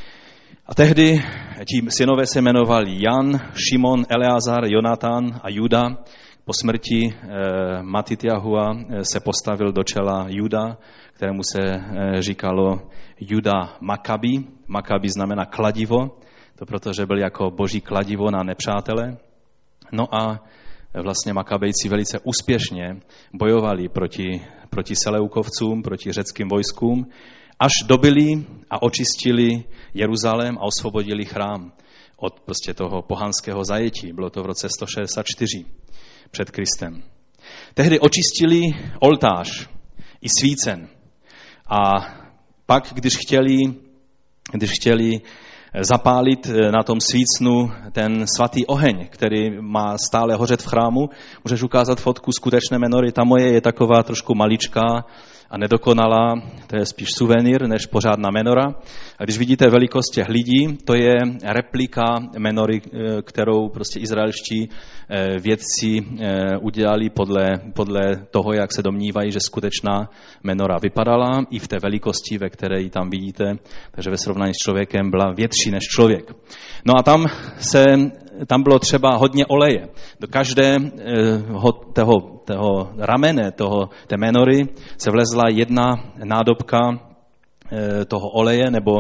A tehdy ti synové se jmenovali Jan, Šimon, Eleazar, Jonatan a Juda. Po smrti e, Matitjahua se postavil do čela Juda, kterému se e, říkalo Juda Makabi. Makabi znamená kladivo, to protože byl jako boží kladivo na nepřátele. No a vlastně Makabejci velice úspěšně bojovali proti, proti Seleukovcům, proti řeckým vojskům, až dobili a očistili Jeruzalém a osvobodili chrám od prostě toho pohanského zajetí. Bylo to v roce sto šedesát čtyři před Kristem. Tehdy očistili oltář i svícen. A pak, když chtěli, když chtěli zapálit na tom svícnu ten svatý oheň, který má stále hořet v chrámu, můžeš ukázat fotku skutečné menory. Ta moje je taková trošku maličká a nedokonalá, to je spíš suvenýr než pořádná menora. A když vidíte velikost těch lidí, to je replika menory, kterou prostě izraelští vědci udělali podle, podle toho, jak se domnívají, že skutečná menora vypadala, i v té velikosti, ve které ji tam vidíte, takže ve srovnání s člověkem byla větší než člověk. No a tam se tam bylo třeba hodně oleje. Do každého toho, toho ramene, toho, té menory se vlezla jedna nádobka toho oleje, nebo,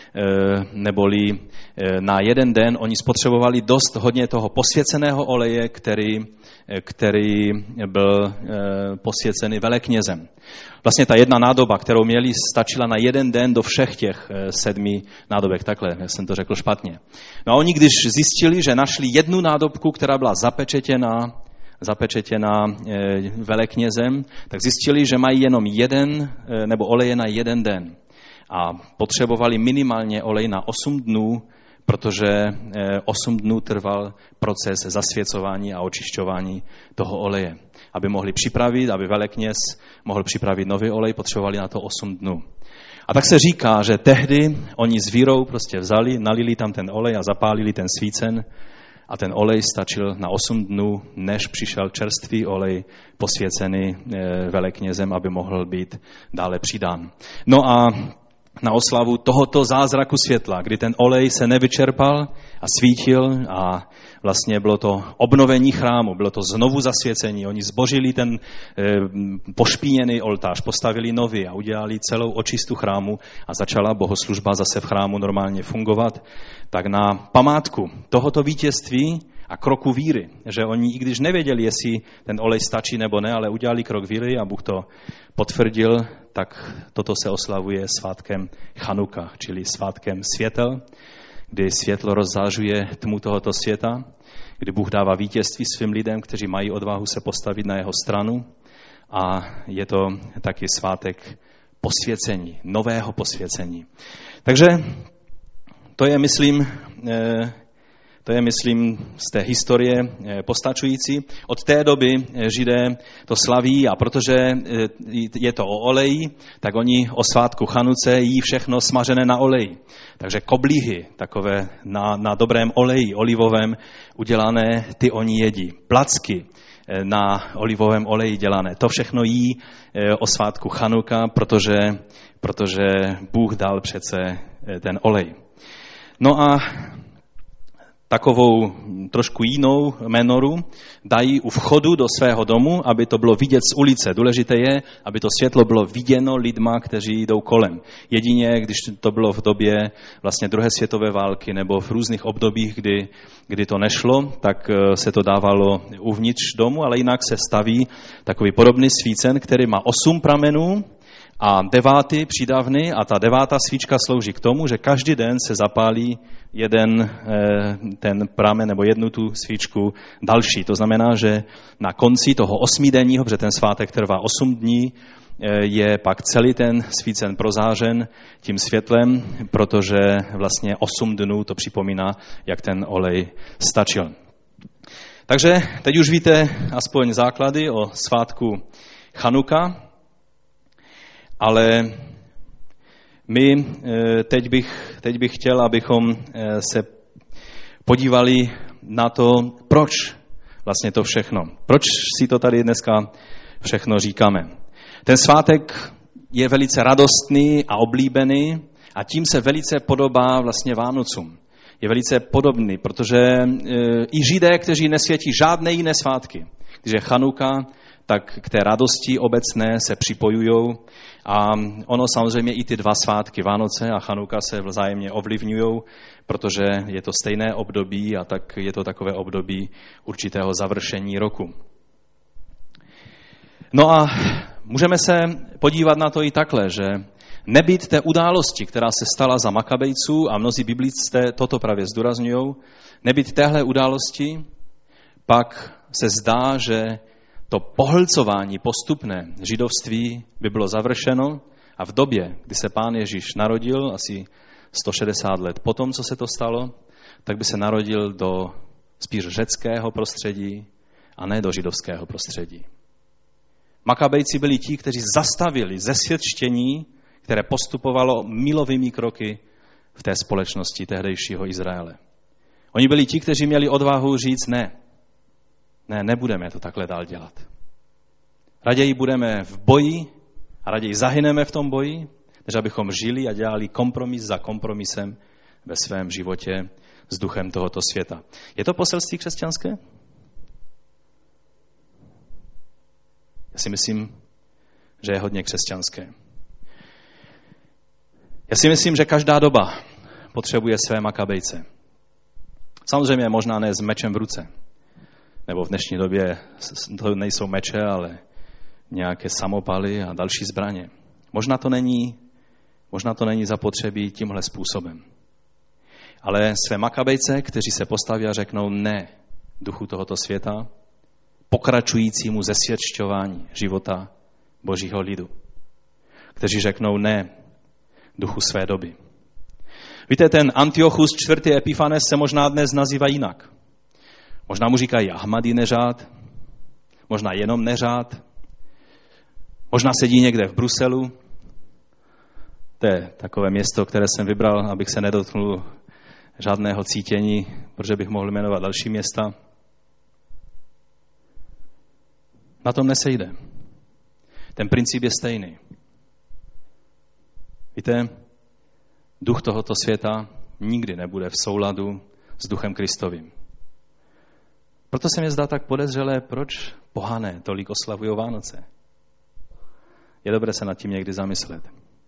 neboli na jeden den oni spotřebovali dost hodně toho posvěceného oleje, který, který byl posvěcený veleknězem. Vlastně ta jedna nádoba, kterou měli, stačila na jeden den do všech těch sedmi nádobek. Takhle, já jsem to řekl špatně. No a oni, když zjistili, že našli jednu nádobku, která byla zapečetěná, zapečetěná veleknězem, tak zjistili, že mají jenom jeden, nebo oleje na jeden den. A potřebovali minimálně olej na osm dnů, protože osm dnů trval proces zasvěcování a očišťování toho oleje. Aby mohli připravit, aby velekněz mohl připravit nový olej, potřebovali na to osm dnů. A tak se říká, že tehdy oni s vírou prostě vzali, nalili tam ten olej a zapálili ten svícen a ten olej stačil na osm dnů, než přišel čerstvý olej posvěcený veleknězem, aby mohl být dále přidán. No a na oslavu tohoto zázraku světla, kdy ten olej se nevyčerpal a svítil a vlastně bylo to obnovení chrámu, bylo to znovu zasvěcení. Oni zbořili ten e, pošpíněný oltář, postavili nový a udělali celou očistu chrámu a začala bohoslužba zase v chrámu normálně fungovat. Tak na památku tohoto vítězství a kroku víry, že oni, i když nevěděli, jestli ten olej stačí nebo ne, ale udělali krok víry a Bůh to potvrdil, tak toto se oslavuje svátkem Chanuka, čili svátkem světel, kdy světlo rozzářuje tmu tohoto světa, kdy Bůh dává vítězství svým lidem, kteří mají odvahu se postavit na jeho stranu, a je to taky svátek posvěcení, nového posvěcení. Takže To je, myslím, to je, myslím, z té historie postačující. Od té doby Židé to slaví a protože je to o oleji, tak oni o svátku Chanuce jí všechno smažené na oleji. Takže koblíhy, takové na, na dobrém oleji, olivovém udělané, ty oni jedí. Placky na olivovém oleji dělané. To všechno jí o svátku Chanuka, protože, protože Bůh dal přece ten olej. No a takovou trošku jinou menoru dají u vchodu do svého domu, aby to bylo vidět z ulice. Důležité je, aby to světlo bylo viděno lidma, kteří jdou kolem. Jedině, když to bylo v době vlastně druhé světové války nebo v různých obdobích, kdy, kdy to nešlo, tak se to dávalo uvnitř domu, ale jinak se staví takový podobný svícen, který má osm pramenů, a devátý přídavný a ta devátá svíčka slouží k tomu, že každý den se zapálí jeden ten pramen nebo jednu tu svíčku další. To znamená, že na konci toho osmidenního, protože ten svátek trvá osm dní, je pak celý ten svícen prozářen tím světlem, protože vlastně osm dnů to připomíná, jak ten olej stačil. Takže teď už víte aspoň základy o svátku Chanuka. Ale my teď bych, teď bych chtěl, abychom se podívali na to, proč vlastně to všechno. Proč si to tady dneska všechno říkáme. Ten svátek je velice radostný a oblíbený a tím se velice podobá vlastně Vánocům. Je velice podobný, protože i Židé, kteří nesvětí žádné jiné svátky, když je Chanuka, tak k té radosti obecné se připojujou a ono samozřejmě i ty dva svátky, Vánoce a Chanuka, se vzájemně ovlivňují, protože je to stejné období a tak je to takové období určitého završení roku. No a můžeme se podívat na to i takhle, že nebýt té události, která se stala za Makabejců, a mnozí biblisté toto právě zdůrazňují, nebýt téhle události, pak se zdá, že to pohlcování postupné židovství by bylo završeno a v době, kdy se Pán Ježíš narodil, asi sto šedesát let potom, co se to stalo, tak by se narodil do spíš řeckého prostředí a ne do židovského prostředí. Makabejci byli ti, kteří zastavili zesvědčení, které postupovalo milovými kroky v té společnosti tehdejšího Izraele. Oni byli ti, kteří měli odvahu říct ne. Ne, nebudeme to takhle dál dělat. Raději budeme v boji a raději zahyneme v tom boji, než abychom žili a dělali kompromis za kompromisem ve svém životě s duchem tohoto světa. Je to poselství křesťanské? Já si myslím, že je hodně křesťanské. Já si myslím, že každá doba potřebuje své Makabejce. Samozřejmě možná ne s mečem v ruce. Nebo v dnešní době to nejsou meče, ale nějaké samopaly a další zbraně. Možná to není, možná to není zapotřebí tímhle způsobem. Ale své Makabejce, kteří se postaví a řeknou ne duchu tohoto světa, pokračujícímu zesvědčování života Božího lidu. Kteří řeknou ne duchu své doby. Víte, ten Antiochus čtvrtý Epifanes se možná dnes nazývá jinak. Možná mu říkají Ahmadinežád, možná jenom Nežád, možná sedí někde v Bruselu. To je takové město, které jsem vybral, abych se nedotknul žádného cítění, protože bych mohl jmenovat další města. Na tom nesejde. Ten princip je stejný. Víte, duch tohoto světa nikdy nebude v souladu s duchem Kristovým. Proto se mi zdá tak podezřelé, proč pohané tolik oslavují Vánoce. Je dobré se nad tím někdy zamyslet.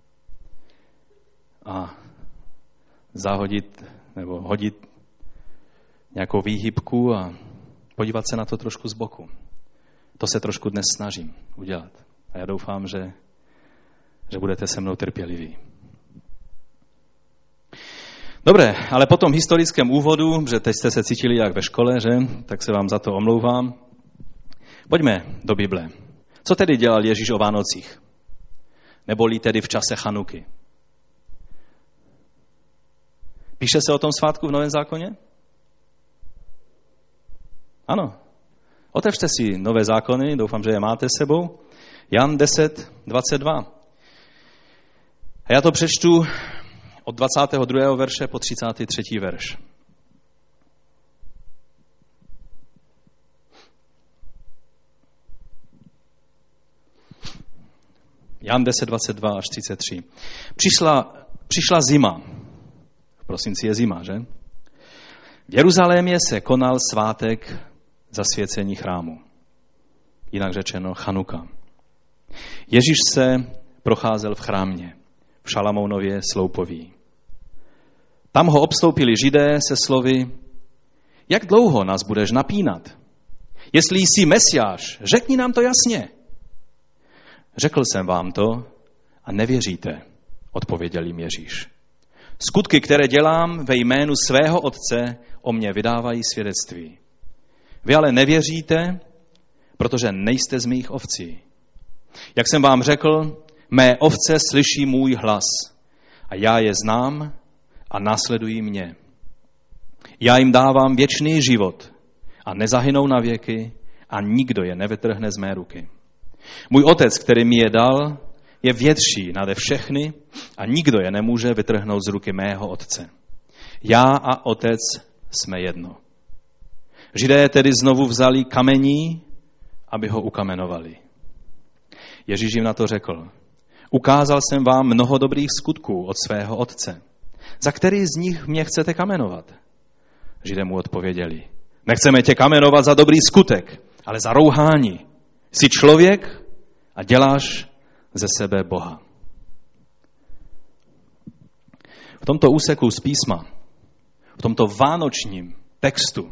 A zahodit nebo hodit nějakou výhybku a podívat se na to trošku z boku. To se trošku dnes snažím udělat. A já doufám, že, že budete se mnou trpěliví. Dobré, ale po tom historickém úvodu, že teď jste se cítili jak ve škole, že? Tak se vám za to omlouvám. Pojďme do Bible. Co tedy dělal Ježíš o Vánocích? Neboli tedy v čase Chanuky? Píše se o tom svátku v Novém zákoně? Ano. Otevřte si Nové zákony, doufám, že je máte s sebou. Jan deset, dvacet dva. A já to přečtu od dvacátého druhého verše po třicátý třetí verš. Jan deset, dvacet dva až třicet tři. Přišla, přišla zima. V prosinci je zima, že? V Jeruzalémě se konal svátek zasvěcení chrámu. Jinak řečeno Chanuka. Ježíš se procházel v chrámě, v Šalamounově sloupoví. Tam ho obstoupili Židé se slovy: jak dlouho nás budeš napínat? Jestli jsi Mesiáš, řekni nám to jasně. Řekl jsem vám to a nevěříte, odpověděl jim Ježíš. Skutky, které dělám ve jménu svého Otce, o mě vydávají svědectví. Vy ale nevěříte, protože nejste z mých ovcí. Jak jsem vám řekl, mé ovce slyší můj hlas a já je znám a následují mě. Já jim dávám věčný život a nezahynou na věky a nikdo je nevytrhne z mé ruky. Můj Otec, který mi je dal, je větší nade všechny a nikdo je nemůže vytrhnout z ruky mého Otce. Já a Otec jsme jedno. Židé tedy znovu vzali kamení, aby ho ukamenovali. Ježíš jim na to řekl: ukázal jsem vám mnoho dobrých skutků od svého Otce. Za který z nich mě chcete kamenovat? Židé mu odpověděli: nechceme tě kamenovat za dobrý skutek, ale za rouhání. Jsi člověk a děláš ze sebe Boha. V tomto úseku z písma, v tomto vánočním textu,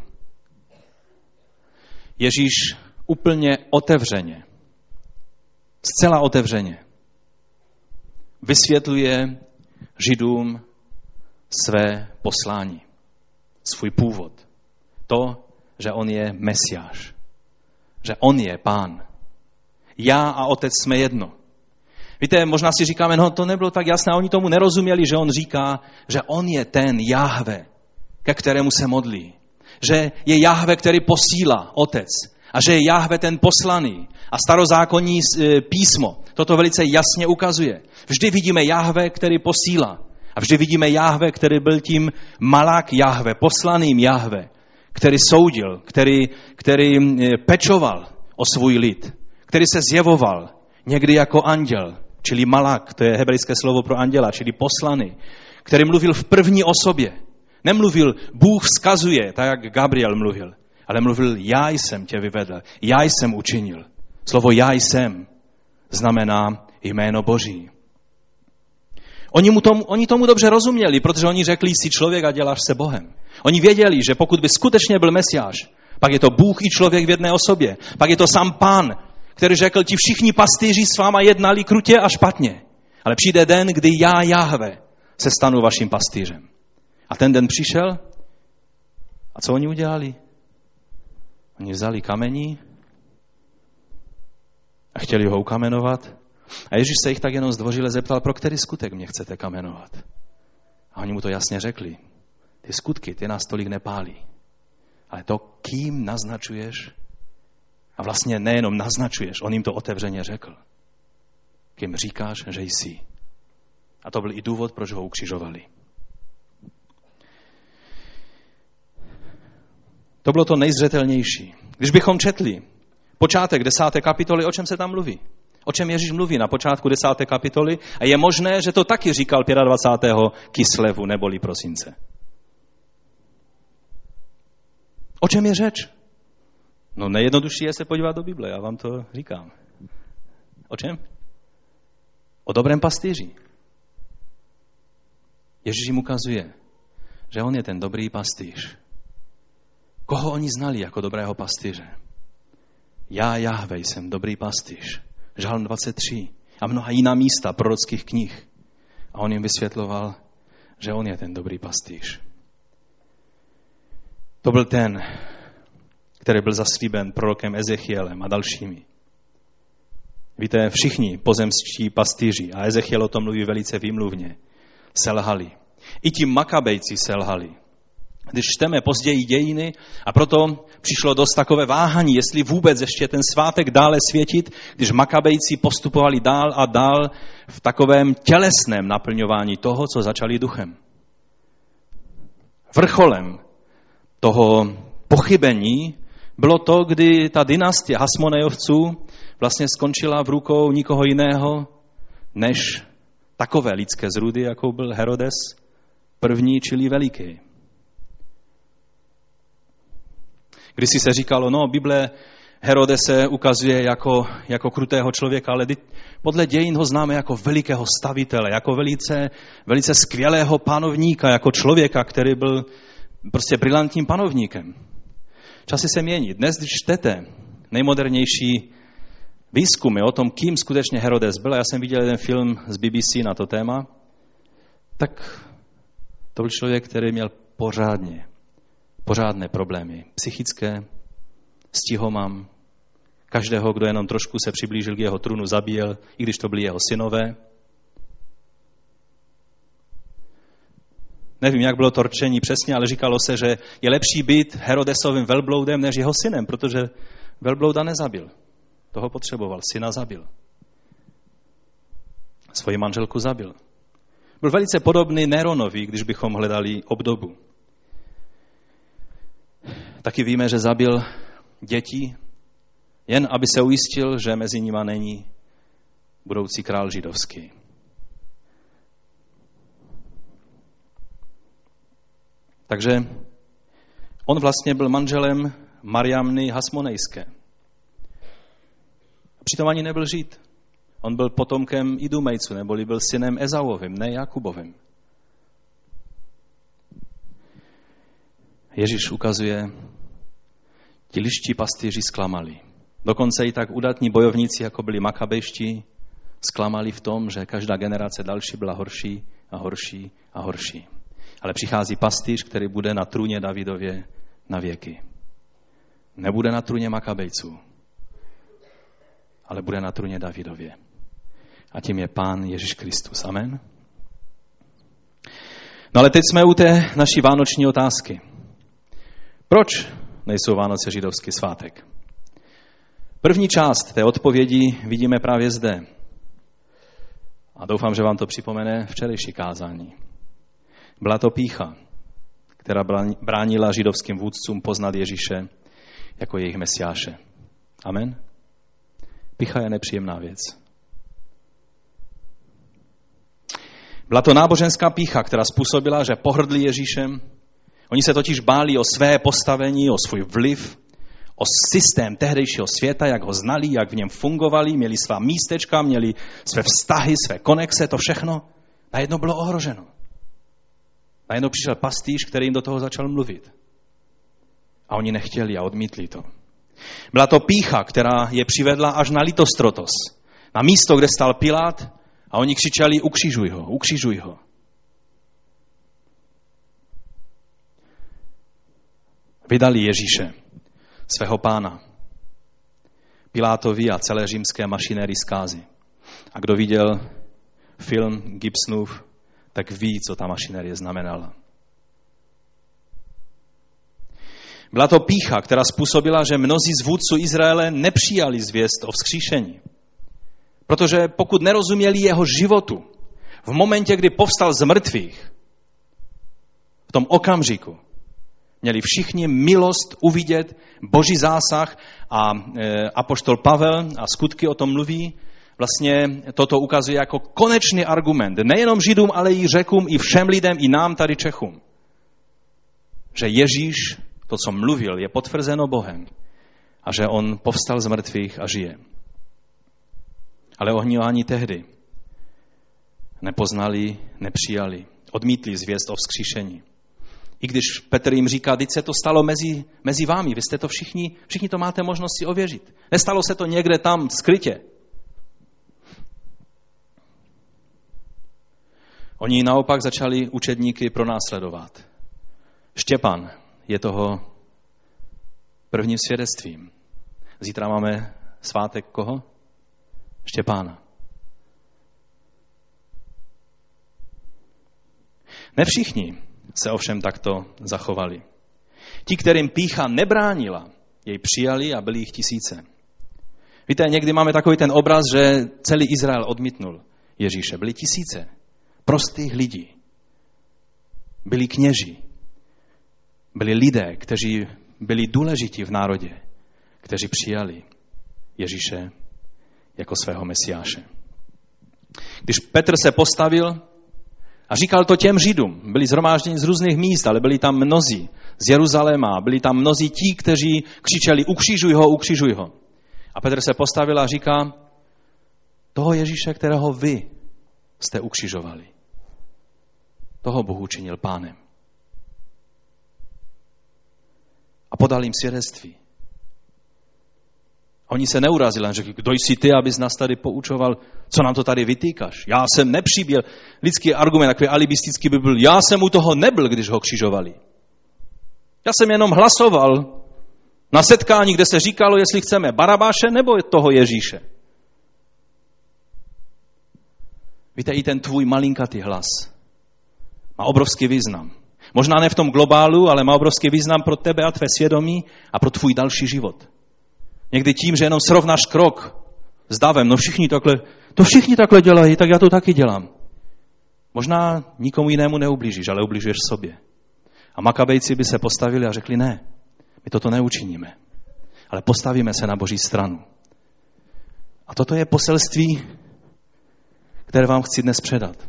Ježíš úplně otevřeně, zcela otevřeně vysvětluje Židům své poslání, svůj původ. To, že on je Mesiáš, že on je Pán. Já a Otec jsme jedno. Víte, možná si říkáme, no to nebylo tak jasné, oni tomu nerozuměli, že on říká, že on je ten Jahve, ke kterému se modlí. Že je Jahve, který posílá Otec. A že je Jahve ten poslaný. A starozákonní písmo toto velice jasně ukazuje. Vždy vidíme Jahve, který posílá. A vždy vidíme Jahve, který byl tím malák Jahve, poslaným Jahve, který soudil, který, který pečoval o svůj lid, který se zjevoval někdy jako anděl, čili malák, to je hebrejské slovo pro anděla, čili poslaný, který mluvil v první osobě. Nemluvil, Bůh vzkazuje, tak jak Gabriel mluvil, ale mluvil, já jsem tě vyvedl, já jsem učinil. Slovo já jsem znamená jméno Boží. Oni, mu tomu, oni tomu dobře rozuměli, protože oni řekli, jsi člověk a děláš se Bohem. Oni věděli, že pokud by skutečně byl Mesiáš, pak je to Bůh i člověk v jedné osobě. Pak je to sám Pán, který řekl, ti všichni pastýři s váma jednali krutě a špatně. Ale přijde den, kdy já, Jahve, se stanu vaším pastýřem. A ten den přišel a co oni udělali? Oni vzali kamení a chtěli ho ukamenovat. A Ježíš se jich tak jenom zdvořile zeptal, pro který skutek mě chcete kamenovat? A oni mu to jasně řekli. Ty skutky, ty nás tolik nepálí. Ale to, kým naznačuješ, a vlastně nejenom naznačuješ, on jim to otevřeně řekl. Kým říkáš, že jsi. A to byl i důvod, proč ho ukřižovali. To bylo to nejzřetelnější. Když bychom četli počátek desáté kapitoly, o čem se tam mluví? O čem Ježíš mluví na počátku desáté kapitoly? A je možné, že to taky říkal dvacátého pátého Kislevu neboli prosince. O čem je řeč? No nejjednodušší je se podívat do Bible, já vám to říkám. O čem? O dobrém pastýři. Ježíš jim ukazuje, že on je ten dobrý pastýř. Koho oni znali jako dobrého pastýře? Já, Jahve, jsem dobrý pastýř. Žalm dvacet tři a mnoha jiná místa prorockých knih. A on jim vysvětloval, že on je ten dobrý pastýř. To byl ten, který byl zaslíben prorokem Ezechielem a dalšími. Víte, všichni pozemští pastýři, a Ezechiel o tom mluví velice výmluvně, selhali. I ti Makabejci selhali. Když čteme později dějiny, a proto přišlo dost takové váhání, jestli vůbec ještě ten svátek dále světit, když Makabejci postupovali dál a dál v takovém tělesném naplňování toho, co začali duchem. Vrcholem toho pochybení bylo to, kdy ta dynastie Hasmonejovců vlastně skončila v rukou nikoho jiného, než takové lidské zrůdy, jako byl Herodes první, čili veliký. Když si se říkalo, no, Bible Herodese ukazuje jako, jako krutého člověka, ale podle dějin ho známe jako velikého stavitele, jako velice, velice skvělého panovníka, jako člověka, který byl prostě brilantním panovníkem. Časy se mění. Dnes, když čtete nejmodernější výzkumy o tom, kým skutečně Herodes byl, já jsem viděl jeden film z B B C na to téma, tak to byl člověk, který měl pořádně, pořádné problémy. Psychické, stihomam. Každého, kdo jenom trošku se přiblížil k jeho trůnu, zabíjel, i když to byli jeho synové. Nevím, jak bylo to rčení přesně, ale říkalo se, že je lepší být Herodesovým velbloudem než jeho synem, protože velblouda nezabil. Toho potřeboval, syna zabil. Svoji manželku zabil. Byl velice podobný Neronovi, když bychom hledali obdobu. Taky víme, že zabil děti, jen aby se ujistil, že mezi nima není budoucí král židovský. Takže on vlastně byl manželem Mariamny Hasmonejské. Přitom ani nebyl Žid. On byl potomkem Idumejců, neboli byl synem Ezauovým, ne Jakubovým. Ježíš ukazuje, ti liští pastýři zklamali. Dokonce i tak udatní bojovníci, jako byli Makabejští, zklamali v tom, že každá generace další byla horší a horší a horší. Ale přichází pastýř, který bude na trůně Davidově na věky. Nebude na trůně Makabejců, ale bude na trůně Davidově. A tím je Pán Ježíš Kristus. Amen. No ale teď jsme u té naší vánoční otázky. Proč nejsou Vánoce židovský svátek? První část té odpovědi vidíme právě zde. A doufám, že vám to připomene včerejší kázání. Byla to pýcha, která bránila židovským vůdcům poznat Ježíše jako jejich mesiáše. Amen? Pýcha je nepříjemná věc. Byla to náboženská pýcha, která způsobila, že pohrdli Ježíšem. Oni se totiž báli o své postavení, o svůj vliv, o systém tehdejšího světa, jak ho znali, jak v něm fungovali, měli svá místečka, měli své vztahy, své konexe, to všechno. Najednou bylo ohroženo. Najednou přišel pastýř, který jim do toho začal mluvit. A oni nechtěli a odmítli to. Byla to pýcha, která je přivedla až na Litostrotos. Na místo, kde stál Pilát a oni křičeli, ukřižuj ho, ukřižuj ho. Vydali Ježíše, svého pána, Pilátovi a celé římské mašinérii zkázy. A kdo viděl film Gibsonův, tak ví, co ta mašinérie znamenala. Byla to pýcha, která způsobila, že mnozí z vůdců Izraele nepřijali zvěst o vzkříšení. Protože pokud nerozuměli jeho životu, v momentě, kdy povstal z mrtvých, v tom okamžiku, měli všichni milost uvidět Boží zásah a e, apoštol Pavel a skutky o tom mluví. Vlastně toto ukazuje jako konečný argument. Nejenom Židům, ale i Řekům, i všem lidem, i nám tady Čechům. Že Ježíš, to, co mluvil, je potvrzeno Bohem. A že on povstal z mrtvých a žije. Ale oni ani tehdy nepoznali, nepřijali, odmítli zvěst o vzkříšení. I když Petr jim říká, teď se to stalo mezi, mezi vámi, vy jste to všichni, všichni to máte možnost si ověřit. Nestalo se to někde tam skrytě. Oni naopak začali učedníky pronásledovat. Štěpán je toho prvním svědectvím. Zítra máme svátek koho? Štěpána. Ne všichni se ovšem takto zachovali. Ti, kterým pýcha nebránila, jej přijali a byli jich tisíce. Víte, někdy máme takový ten obraz, že celý Izrael odmítnul Ježíše. Byli tisíce prostých lidí. Byli kněži. Byli lidé, kteří byli důležití v národě, kteří přijali Ježíše jako svého mesiáše. Když Petr se postavil a říkal to těm Židům, byli shromážděni z různých míst, ale byli tam mnozí z Jeruzaléma, byli tam mnozí ti, kteří křičeli ukřižuj ho, ukřižuj ho. A Petr se postavil a říká, toho Ježíše, kterého vy jste ukřižovali, toho Bůh učinil pánem. A podal jim svědectví. Oni se neurazili, řekli, kdo jsi ty, abys nás tady poučoval, co nám to tady vytýkáš. Já jsem nepřiběl. Lidský argument, takový alibistický by byl, já jsem u toho nebyl, když ho křižovali. Já jsem jenom hlasoval na setkání, kde se říkalo, jestli chceme Barabáše nebo toho Ježíše. Víte, i ten tvůj malinkatý hlas má obrovský význam. Možná ne v tom globálu, ale má obrovský význam pro tebe a tvé svědomí a pro tvůj další život. Někdy tím, že jenom srovnáš krok s davem, no všichni takhle, to všichni takhle dělají, tak já to taky dělám. Možná nikomu jinému neublížíš, ale ublížuješ sobě. A Makabejci by se postavili a řekli, ne, my toto neučiníme, ale postavíme se na Boží stranu. A toto je poselství, které vám chci dnes předat.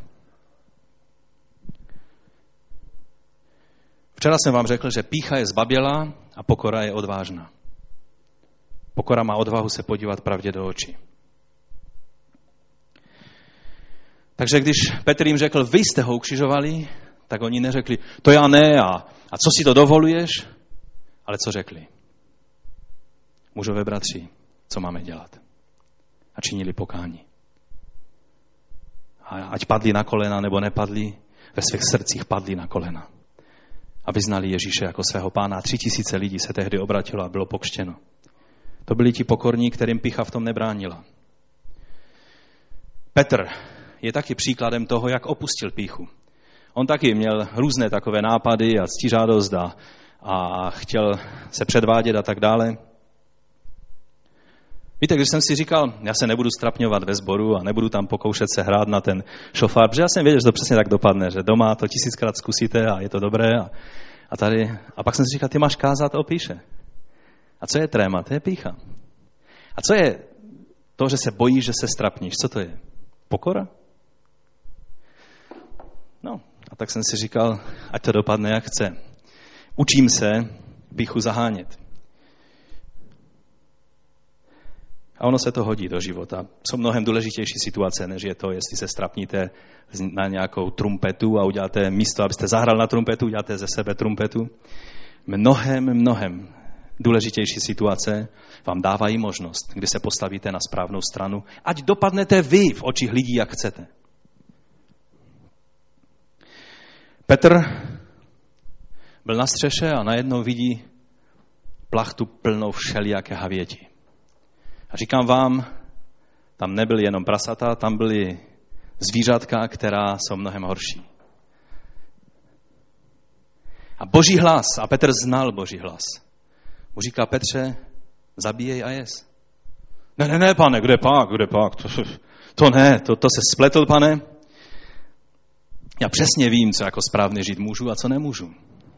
Včera jsem vám řekl, že pýcha je zbabělá a pokora je odvážná. Pokora má odvahu se podívat pravdě do očí. Takže když Petr jim řekl, vy jste ho ukřižovali, tak oni neřekli, to já ne a, a co si to dovoluješ? Ale co řekli? Mužové bratři, co máme dělat? A činili pokání. A ať padli na kolena nebo nepadli, ve svých srdcích padli na kolena. A vyznali Ježíše jako svého pána. Tři tisíce lidí se tehdy obratilo a bylo pokřtěno. To byli ti pokorní, kterým pýcha v tom nebránila. Petr je taky příkladem toho, jak opustil pýchu. On taky měl různé takové nápady a ctižádost a, a chtěl se předvádět a tak dále. Víte, když jsem si říkal, já se nebudu strapňovat ve sboru a nebudu tam pokoušet se hrát na ten šofár, protože já jsem věděl, že to přesně tak dopadne, že doma to tisíckrát zkusíte a je to dobré. A, a, tady, a pak jsem si říkal, ty máš kázat o pýše. A co je tréma? To je pýcha. A co je to, že se bojíš, že se strapníš? Co to je? Pokora? No, a tak jsem si říkal, ať to dopadne, jak chce. Učím se pýchu zahánět. A ono se to hodí do života. Jsou mnohem důležitější situace, než je to, jestli se strapníte na nějakou trumpetu a uděláte místo, abyste zahrál na trumpetu, uděláte ze sebe trumpetu. Mnohem, mnohem důležitější situace vám dávají možnost, kdy se postavíte na správnou stranu, ať dopadnete vy v očích lidí, jak chcete. Petr byl na střeše a najednou vidí plachtu plnou všelijaké havěti. A říkám vám, tam nebyly jenom prasata, tam byly zvířatka, která jsou mnohem horší. A Boží hlas, a Petr znal Boží hlas, mu říká, Petře, zabíjej a jes. Ne, ne, ne, pane, kde pak, kde pak, to, to ne, to, to se spletl, pane. Já přesně vím, co jako správný žít můžu a co nemůžu.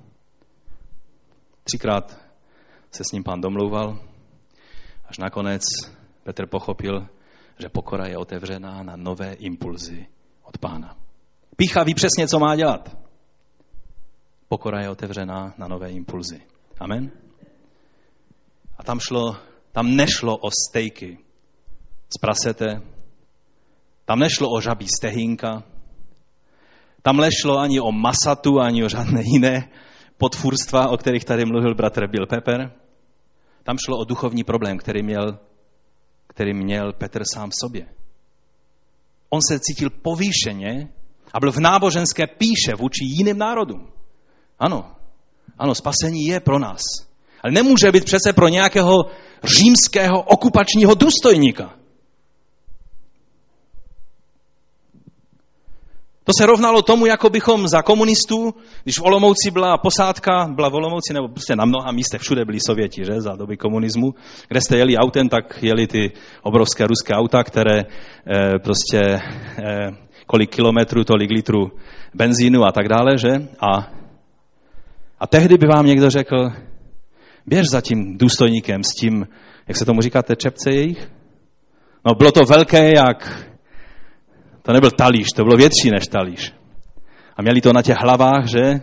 Třikrát se s ním pán domlouval, až nakonec Petr pochopil, že pokora je otevřená na nové impulzy od pána. Pýcha ví přesně, co má dělat. Pokora je otevřená na nové impulzy. Amen. A tam šlo, tam nešlo o stejky z prasete, tam nešlo o žabí stehínka, tam nešlo ani o masatu, ani o žádné jiné podfůrstva, o kterých tady mluvil bratr Bill Pepper. Tam šlo o duchovní problém, který měl, který měl Petr sám v sobě. On se cítil povýšeně a byl v náboženské pýše vůči jiným národům. Ano, ano, spasení je pro nás. Ale nemůže být přece pro nějakého římského okupačního důstojníka. To se rovnalo tomu, jako bychom za komunistů, když v Olomouci byla posádka, byla v Olomouci nebo prostě na mnoha místech, všude byli Sověti, že, za doby komunismu, kde jste jeli autem, tak jeli ty obrovské ruské auta, které eh, prostě eh, kolik kilometrů, tolik litrů benzínu a tak dále, že? A, a tehdy by vám někdo řekl, běž za tím důstojníkem s tím, jak se tomu říkáte, čepce jejich? No bylo to velké jak... To nebyl talíř, to bylo větší než talíř. A měli to na těch hlavách, že?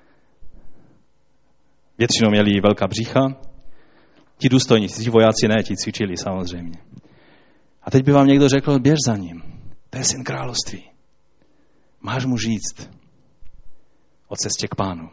Většinou měli velká břicha. Ti důstojníci, ti vojáci ne, ti cvičili samozřejmě. A teď by vám někdo řekl, běž za ním. To je syn království. Máš mu říct o cestě k Pánu.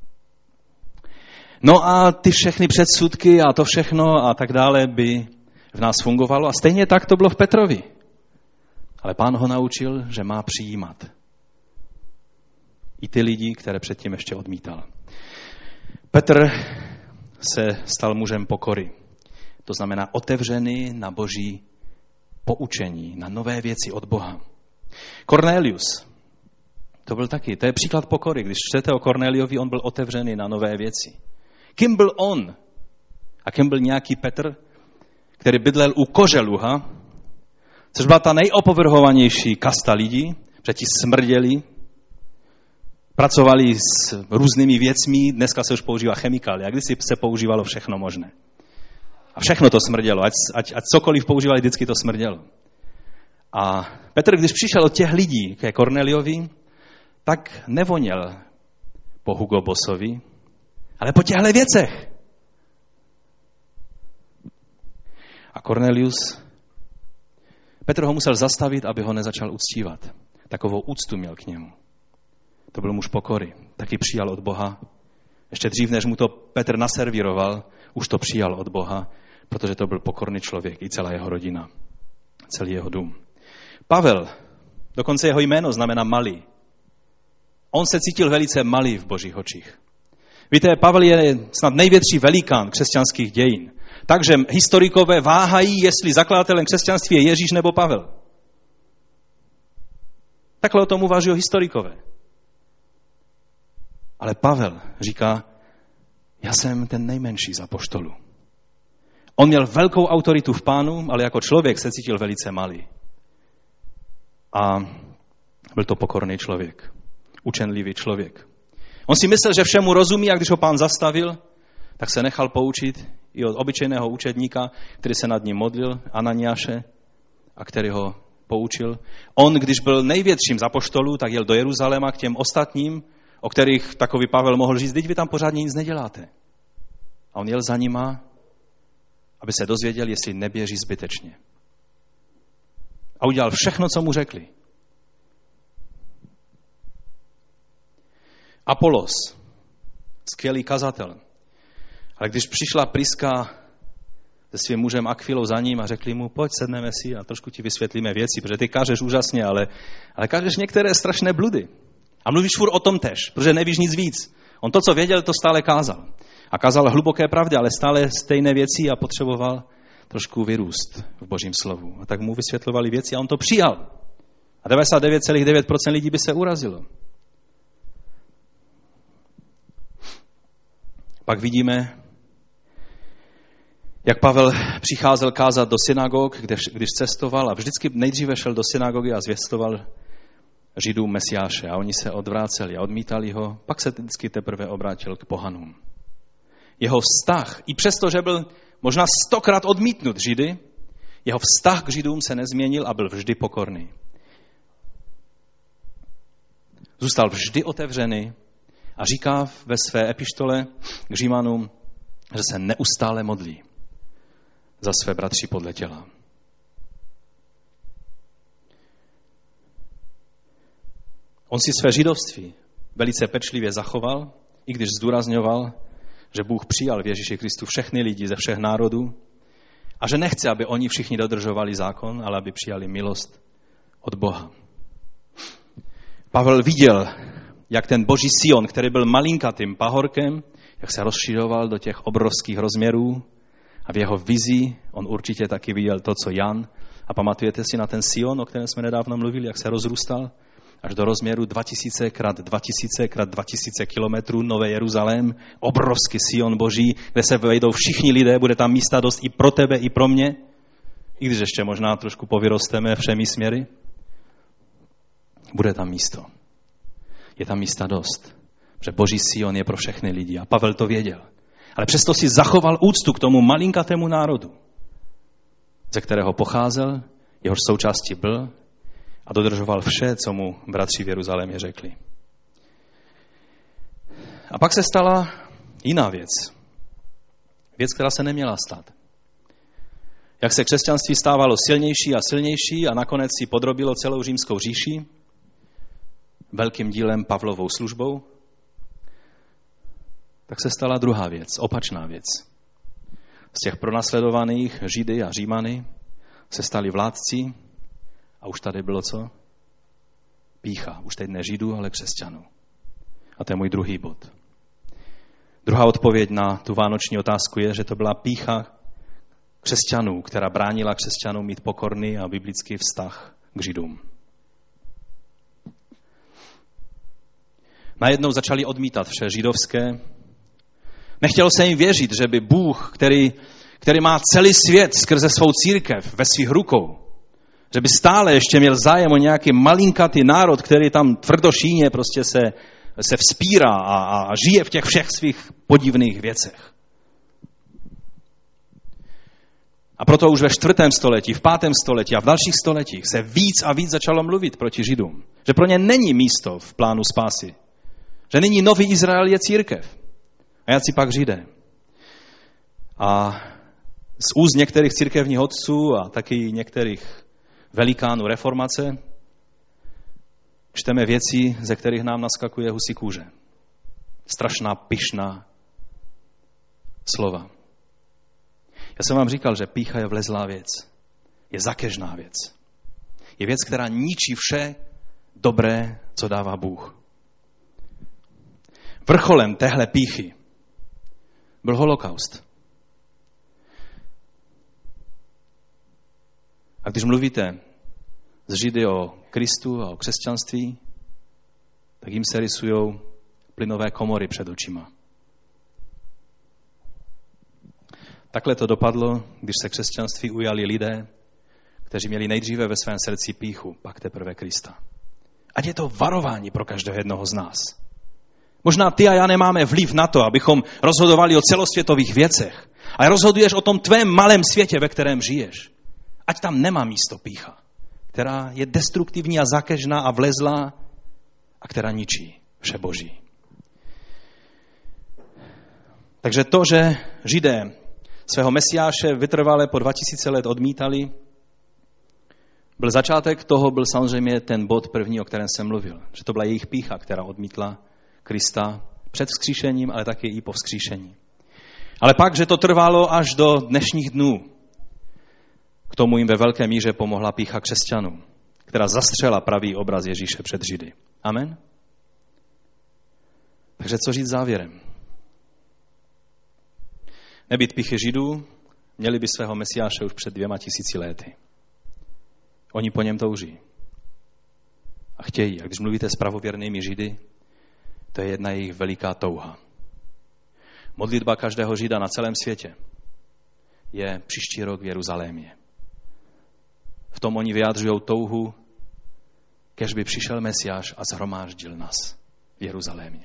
No a ty všechny předsudky a to všechno a tak dále by v nás fungovalo. A stejně tak to bylo v Petrovi. Ale Pán ho naučil, že má přijímat i ty lidi, které předtím ještě odmítal. Petr se stal mužem pokory. To znamená otevřený na Boží poučení, na nové věci od Boha. Kornélius, to byl taky, to je příklad pokory. Když čtete o Kornéliovi, on byl otevřený na nové věci. Kým byl on? A kým byl nějaký Petr, který bydlel u koželuha, což byla ta nejopovrhovanější kasta lidí, protože ti smrděli, pracovali s různými věcmi, dneska se už používá chemikálie, a kdysi se používalo všechno možné. A všechno to smrdělo, ať, ať, ať cokoliv používali, vždycky to smrdělo. A Petr, když přišel od těch lidí ke Korneliovi, tak nevoněl po Hugo Bossovi, ale po těchto věcech. A Kornelius, Petr ho musel zastavit, aby ho nezačal uctívat. Takovou úctu měl k němu. To byl muž pokory. Taky přijal od Boha. Ještě dřív, než mu to Petr naservíroval, už to přijal od Boha, protože to byl pokorný člověk i celá jeho rodina. Celý jeho dům. Pavel, dokonce jeho jméno znamená malý. On se cítil velice malý v Božích očích. Víte, Pavel je snad největší velikán křesťanských dějin. Takže historikové váhají, jestli zakladatelem křesťanství je Ježíš nebo Pavel. Takhle o tom uvažují historikové. Ale Pavel říká, já jsem ten nejmenší z apoštolů. On měl velkou autoritu v Pánu, ale jako člověk se cítil velice malý. A byl to pokorný člověk, učenlivý člověk. On si myslel, že všemu rozumí, a když ho Pán zastavil, tak se nechal poučit i od obyčejného učedníka, který se nad ním modlil, Ananiáše, a který ho poučil. On, když byl největším z apoštolů, tak jel do Jeruzaléma k těm ostatním, o kterých takový Pavel mohl říct, teď vy tam pořádně nic neděláte. A on jel za nima, aby se dozvěděl, jestli neběží zbytečně. A udělal všechno, co mu řekli. Apolos, skvělý kazatel. Ale když přišla Priska se svým mužem Akvilou za ním a řekli mu, pojď, sedneme si a trošku ti vysvětlíme věci, protože ty kážeš úžasně, ale, ale kážeš některé strašné bludy. A mluvíš furt o tom tež, protože nevíš nic víc. On to, co věděl, to stále kázal. A kázal hluboké pravdy, ale stále stejné věci a potřeboval trošku vyrůst v Božím slovu. A tak mu vysvětlovali věci a on to přijal. A devadesát devět celá devět procent lidí by se urazilo. Pak vidíme, jak Pavel přicházel kázat do synagog, kde, když cestoval a vždycky nejdříve šel do synagogy a zvěstoval Židům Mesiáše a oni se odvráceli a odmítali ho, pak se vždycky teprve obrátil k pohanům. Jeho vztah, i přesto, že byl možná stokrát odmítnut Židy, jeho vztah k Židům se nezměnil a byl vždy pokorný. Zůstal vždy otevřený a říká ve své epištole k Římanům, že se neustále modlí za své bratři podle těla. On si své židovství velice pečlivě zachoval, i když zdůrazňoval, že Bůh přijal v Ježíši Kristu všechny lidi ze všech národů a že nechce, aby oni všichni dodržovali zákon, ale aby přijali milost od Boha. Pavel viděl, jak ten boží Sion, který byl malinkatým pahorkem, jak se rozšiřoval do těch obrovských rozměrů a v jeho vizi on určitě taky viděl to, co Jan. A pamatujete si na ten Sion, o kterém jsme nedávno mluvili, jak se rozrůstal? až do rozměru dva tisíce krát dva tisíce krát dva tisíce kilometrů, Nové Jeruzalém, obrovský Sion Boží, kde se vejdou všichni lidé, bude tam místa dost i pro tebe, i pro mě, i když ještě možná trošku povyrosteme všemi směry. Bude tam místo. Je tam místa dost. Protože Boží Sion je pro všechny lidi a Pavel to věděl. Ale přesto si zachoval úctu k tomu malinkatému národu, ze kterého pocházel, jehož součástí byl a dodržoval vše, co mu bratři v Jeruzalémě řekli. A pak se stala jiná věc. Věc, která se neměla stát. Jak se křesťanství stávalo silnější a silnější a nakonec si podrobilo celou římskou říši, velkým dílem Pavlovou službou, tak se stala druhá věc, opačná věc. Z těch pronásledovaných Židy a Římany se stali vládci a už tady bylo co? Pýcha. Už teď ne Židů, ale křesťanů. A to je můj druhý bod. Druhá odpověď na tu vánoční otázku je, že to byla pýcha křesťanů, která bránila křesťanům mít pokorný a biblický vztah k Židům. Najednou začali odmítat vše židovské. Nechtělo se jim věřit, že by Bůh, který, který má celý svět skrze svou církev ve svých rukou, že by stále ještě měl zájem o nějaký malinkatý národ, který tam tvrdošíně prostě se, se vzpírá a, a žije v těch všech svých podivných věcech. A proto už ve čtvrtém století, v pátém století a v dalších stoletích se víc a víc začalo mluvit proti Židům. Že pro ně není místo v plánu spásy. Že nyní nový Izrael je církev. A jací pak Židé. A z úst některých církevních otců a taky některých velikánů reformace čteme věci, ze kterých nám naskakuje husí kůže. Strašná, pyšná slova. Já jsem vám říkal, že pýcha je vlezlá věc. Je zakežná věc. Je věc, která ničí vše dobré, co dává Bůh. Vrcholem téhle pýchy byl holokaust. A když mluvíte s Židy o Kristu a o křesťanství, tak jim se rysujou plynové komory před očima. Takhle to dopadlo, když se křesťanství ujali lidé, kteří měli nejdříve ve svém srdci pýchu, pak teprve Krista. Ať je to varování pro každého jednoho z nás. Možná ty a já nemáme vliv na to, abychom rozhodovali o celosvětových věcech, ale rozhoduješ o tom tvém malém světě, ve kterém žiješ. Ať tam nemá místo pýcha, která je destruktivní a zakežná a vlezlá a která ničí vše Boží. Takže to, že Židé svého Mesiáše vytrvale po dva tisíce let odmítali, byl začátek toho, byl samozřejmě ten bod první, o kterém jsem mluvil. Že to byla jejich pýcha, která odmítla Krista před vzkříšením, ale taky i po vzkříšení. Ale pak, že to trvalo až do dnešních dnů. K tomu jim ve velké míře pomohla pýcha křesťanů, která zastřela pravý obraz Ježíše před Židy. Amen? Takže co říct závěrem? Nebýt pýchy Židů, měli by svého Mesiáše už před dvěma tisíci lety. Oni po něm touží. A chtějí. A když mluvíte s pravověrnými Židy, to je jedna jejich veliká touha. Modlitba každého Žida na celém světě je příští rok v Jeruzalémě. V tom oni vyjádřují touhu, kež by přišel Mesiáš a shromáždil nás v Jeruzalémě.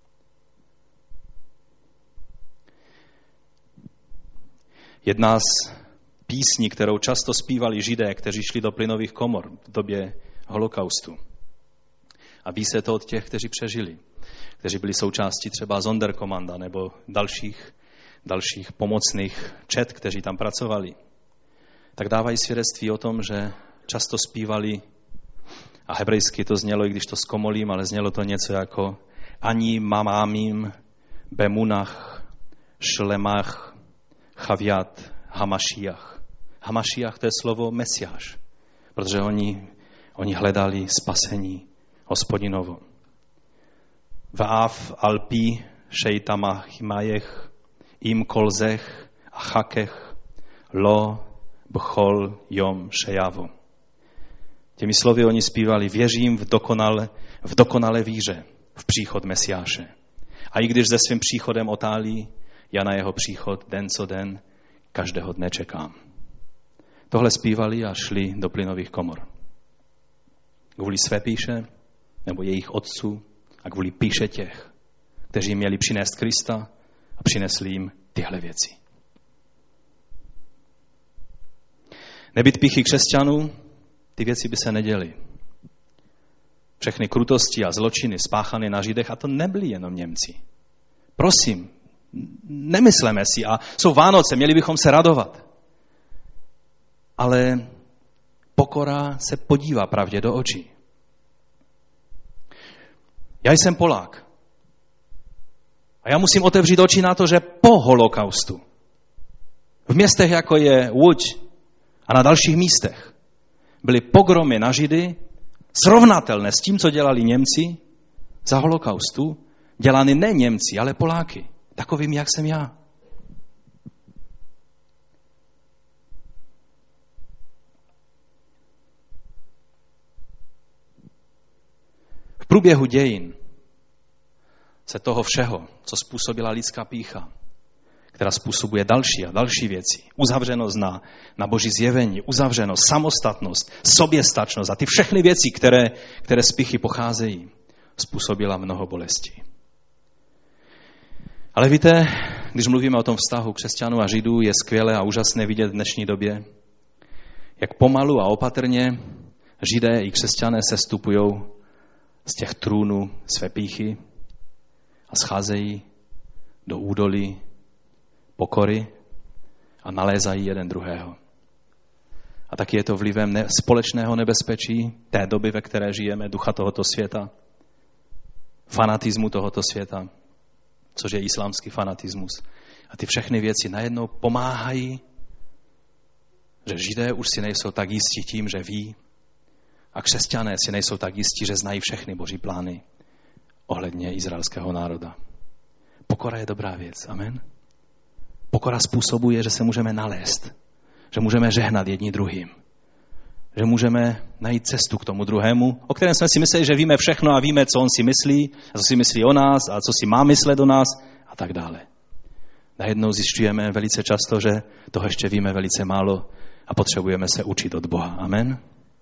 Jedna z písní, kterou často zpívali Židé, kteří šli do plynových komor v době holokaustu. A ví se to od těch, kteří přežili, kteří byli součástí třeba Sonderkommanda nebo dalších, dalších pomocných čet, kteří tam pracovali. Tak dávají svědectví o tom, že často zpívali, a hebrejsky to znělo, i když to zkomolím, ale znělo to něco jako ani mamámim bemunach šlemach chaviat hamašiach. Hamašiach to je slovo Mesiáš, protože oni, oni hledali spasení Hospodinovo. Váv alpi šejtama chimajech im kolzech a chakech lo bchol jom šejavo. Těmi slovy oni zpívali, věřím v dokonale, v dokonale víře, v příchod Mesiáše. A i když se svým příchodem otálí, já na jeho příchod den co den, každého dne čekám. Tohle zpívali a šli do plynových komor. Kvůli své píše, nebo jejich otců, a kvůli píše těch, kteří měli přinést Krista a přinesli jim tyhle věci. Nebyt píchy křesťanů, ty věci by se neděly. Všechny krutosti a zločiny spáchané na Židech, a to nebyli jenom Němci. Prosím, nemysleme si, a jsou Vánoce, měli bychom se radovat. Ale pokora se podívá pravdě do očí. Já jsem Polák. A já musím otevřít oči na to, že po holokaustu v městech, jako je Łódź a na dalších místech, byly pogromy na Židy srovnatelné s tím, co dělali Němci za holokaustu, dělány ne Němci, ale Poláky, takovým, jak jsem já. V průběhu dějin se toho všeho, co způsobila lidská pýcha, která způsobuje další a další věci, uzavřenost na, na Boží zjevení, uzavřenost, samostatnost, soběstačnost a ty všechny věci, které, které z pýchy pocházejí, způsobila mnoho bolestí. Ale víte, když mluvíme o tom vztahu křesťanů a Židů, je skvělé a úžasné vidět v dnešní době, jak pomalu a opatrně Židé i křesťané sestupují z těch trůnů své pýchy a scházejí do údolí pokory a nalézají jeden druhého. A taky je to vlivem ne- společného nebezpečí té doby, ve které žijeme, ducha tohoto světa, fanatismu tohoto světa, což je islámský fanatismus. A ty všechny věci najednou pomáhají, že Židé už si nejsou tak jistí tím, že ví, a křesťané si nejsou tak jistí, že znají všechny Boží plány ohledně izraelského národa. Pokora je dobrá věc. Amen. Pokora způsobuje, že se můžeme nalézt, že můžeme žehnat jedni druhým, že můžeme najít cestu k tomu druhému, o kterém jsme si mysleli, že víme všechno a víme, co on si myslí, a co si myslí o nás a co si má myslet o nás a tak dále. Najednou zjišťujeme velice často, že toho ještě víme velice málo a potřebujeme se učit od Boha. Amen.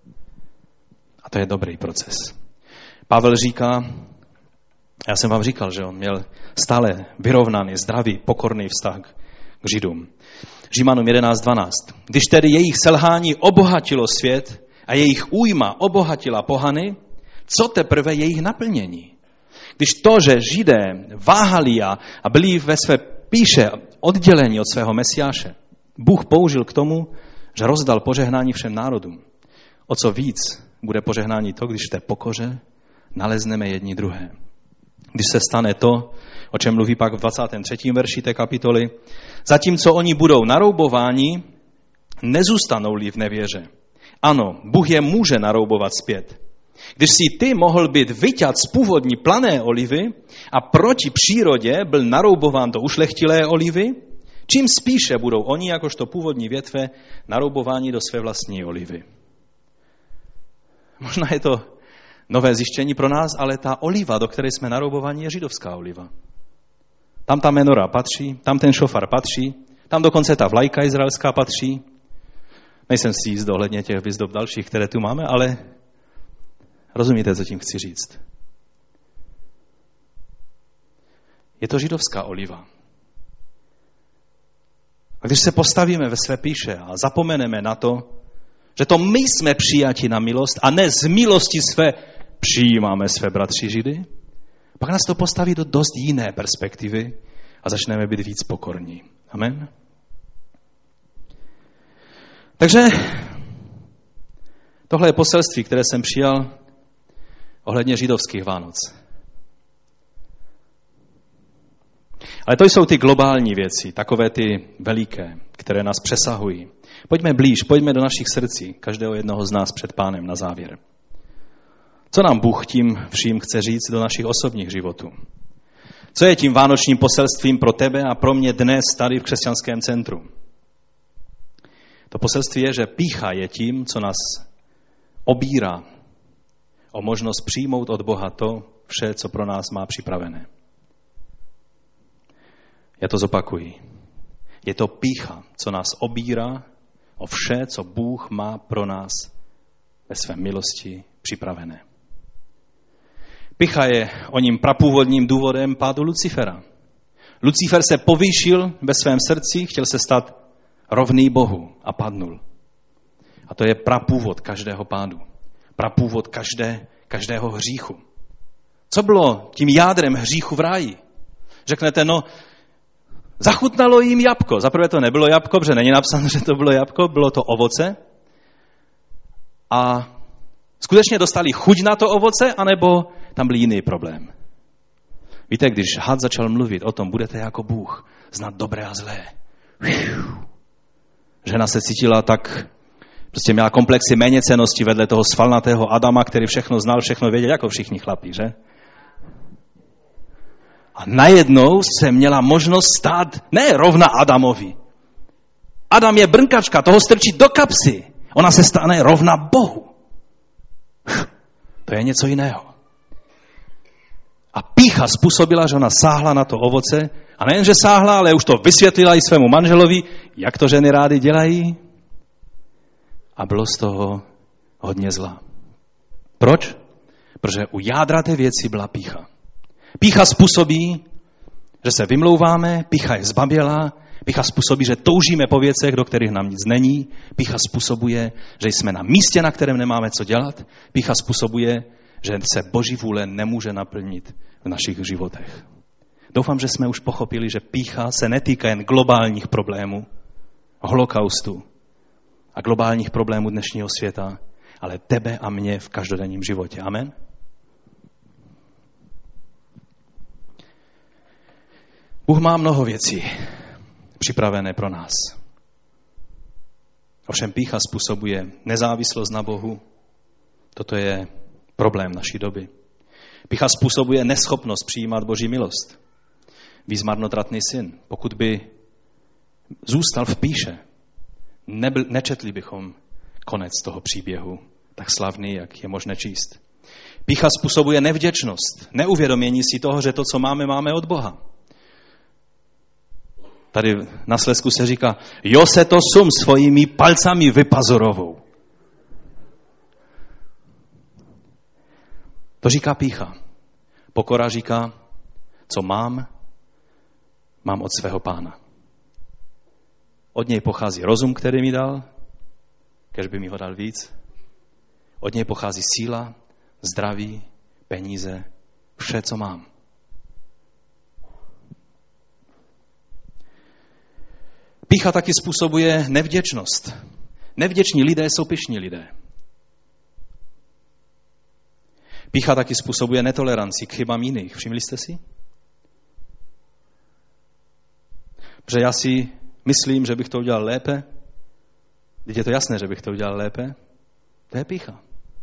A to je dobrý proces. Pavel říká, já jsem vám říkal, že on měl stále vyrovnaný, zdravý, pokorný vztah k Židům. Římanům jedenáct dvanáct. Když tedy jejich selhání obohatilo svět a jejich újma obohatila pohany, co teprve jejich naplnění? Když to, že Židé váhali a byli ve své píše oddělení od svého Mesiáše, Bůh použil k tomu, že rozdal požehnání všem národům. O co víc bude požehnání to, když v té pokoře nalezneme jedni druhé. Když se stane to, o čem mluví pak v dvacátém třetím verši té kapitoly, zatímco oni budou naroubováni, nezůstanou-li v nevěře. Ano, Bůh je může naroubovat zpět. Když si ty mohl být vyťat z původní plané olivy a proti přírodě byl naroubován do ušlechtilé olivy, čím spíše budou oni, jakožto původní větve, naroubováni do své vlastní olivy. Možná je to nové zjištění pro nás, ale ta oliva, do které jsme naroubovaní, je židovská oliva. Tam ta menora patří, tam ten šofar patří, tam dokonce ta vlajka izraelská patří. Nejsem si jist ohledně těch vyzdob dalších, které tu máme, ale rozumíte, co tím chci říct. Je to židovská oliva. A když se postavíme ve své píše a zapomeneme na to, že to my jsme přijati na milost a ne z milosti své přijímáme své bratři Židy, pak nás to postaví do dost jiné perspektivy a začneme být víc pokorní. Amen. Takže tohle je poselství, které jsem přijal ohledně židovských Vánoc. Ale to jsou ty globální věci, takové ty veliké, které nás přesahují. Pojďme blíž, pojďme do našich srdcí, každého jednoho z nás před Pánem na závěr. Co nám Bůh tím vším chce říct do našich osobních životů? Co je tím vánočním poselstvím pro tebe a pro mě dnes tady v křesťanském centru? To poselství je, že pýcha je tím, co nás obírá o možnost přijmout od Boha to vše, co pro nás má připravené. Já to zopakuji. Je to pýcha, co nás obírá o vše, co Bůh má pro nás ve své milosti připravené. Pýcha je o ním prapůvodním důvodem pádu Lucifera. Lucifer se povýšil ve svém srdci, chtěl se stát rovný Bohu a padnul. A to je prapůvod každého pádu. Prapůvod každé, každého hříchu. Co bylo tím jádrem hříchu v ráji? Řeknete, no, zachutnalo jim jabko. Zaprvé to nebylo jabko, protože není napsáno, že to bylo jabko, bylo to ovoce. A skutečně dostali chuť na to ovoce, anebo tam byl jiný problém. Víte, když had začal mluvit o tom, budete jako Bůh, znát dobré a zlé. Žena se cítila tak, prostě měla komplexy méněcennosti vedle toho svalnatého Adama, který všechno znal, všechno věděl, jako všichni chlapí, že? A najednou se měla možnost stát ne rovna Adamovi. Adam je brnkačka, toho strčí do kapsy. Ona se stane rovna Bohu. To je něco jiného. A pýcha způsobila, že ona sáhla na to ovoce a nejenže sáhla, ale už to vysvětlila i svému manželovi, jak to ženy rády dělají. A bylo z toho hodně zla. Proč? Protože u jádra té věci byla pýcha. Pýcha způsobí, že se vymlouváme, pýcha je zbabělá, pýcha způsobí, že toužíme po věcech, do kterých nám nic není, pýcha způsobuje, že jsme na místě, na kterém nemáme co dělat, pýcha způsobuje, že se Boží vůle nemůže naplnit v našich životech. Doufám, že jsme už pochopili, že pýcha se netýká jen globálních problémů, holokaustu a globálních problémů dnešního světa, ale tebe a mě v každodenním životě. Amen? Bůh má mnoho věcí připravené pro nás. Ovšem pýcha způsobuje nezávislost na Bohu. Toto je problém naší doby. Pýcha způsobuje neschopnost přijímat Boží milost. Víc marnotratný syn. Pokud by zůstal v pýše, nebyl, nečetli bychom konec toho příběhu, tak slavný, jak je možné číst. Pýcha způsobuje nevděčnost, neuvědomění si toho, že to, co máme, máme od Boha. Tady na Slezsku se říká, jo se to sum svojimi palcami vypazorovou. To říká pýcha. Pokora říká, co mám, mám od svého Pána. Od něj pochází rozum, který mi dal, kež by mi ho dal víc. Od něj pochází síla, zdraví, peníze, vše, co mám. Pýcha taky způsobuje nevděčnost. Nevděční lidé jsou pyšní lidé. Pýcha taky způsobuje netoleranci k chybám jiných. Všimli jste si? Protože já si myslím, že bych to udělal lépe. Teď je to jasné, že bych to udělal lépe. To je pýcha.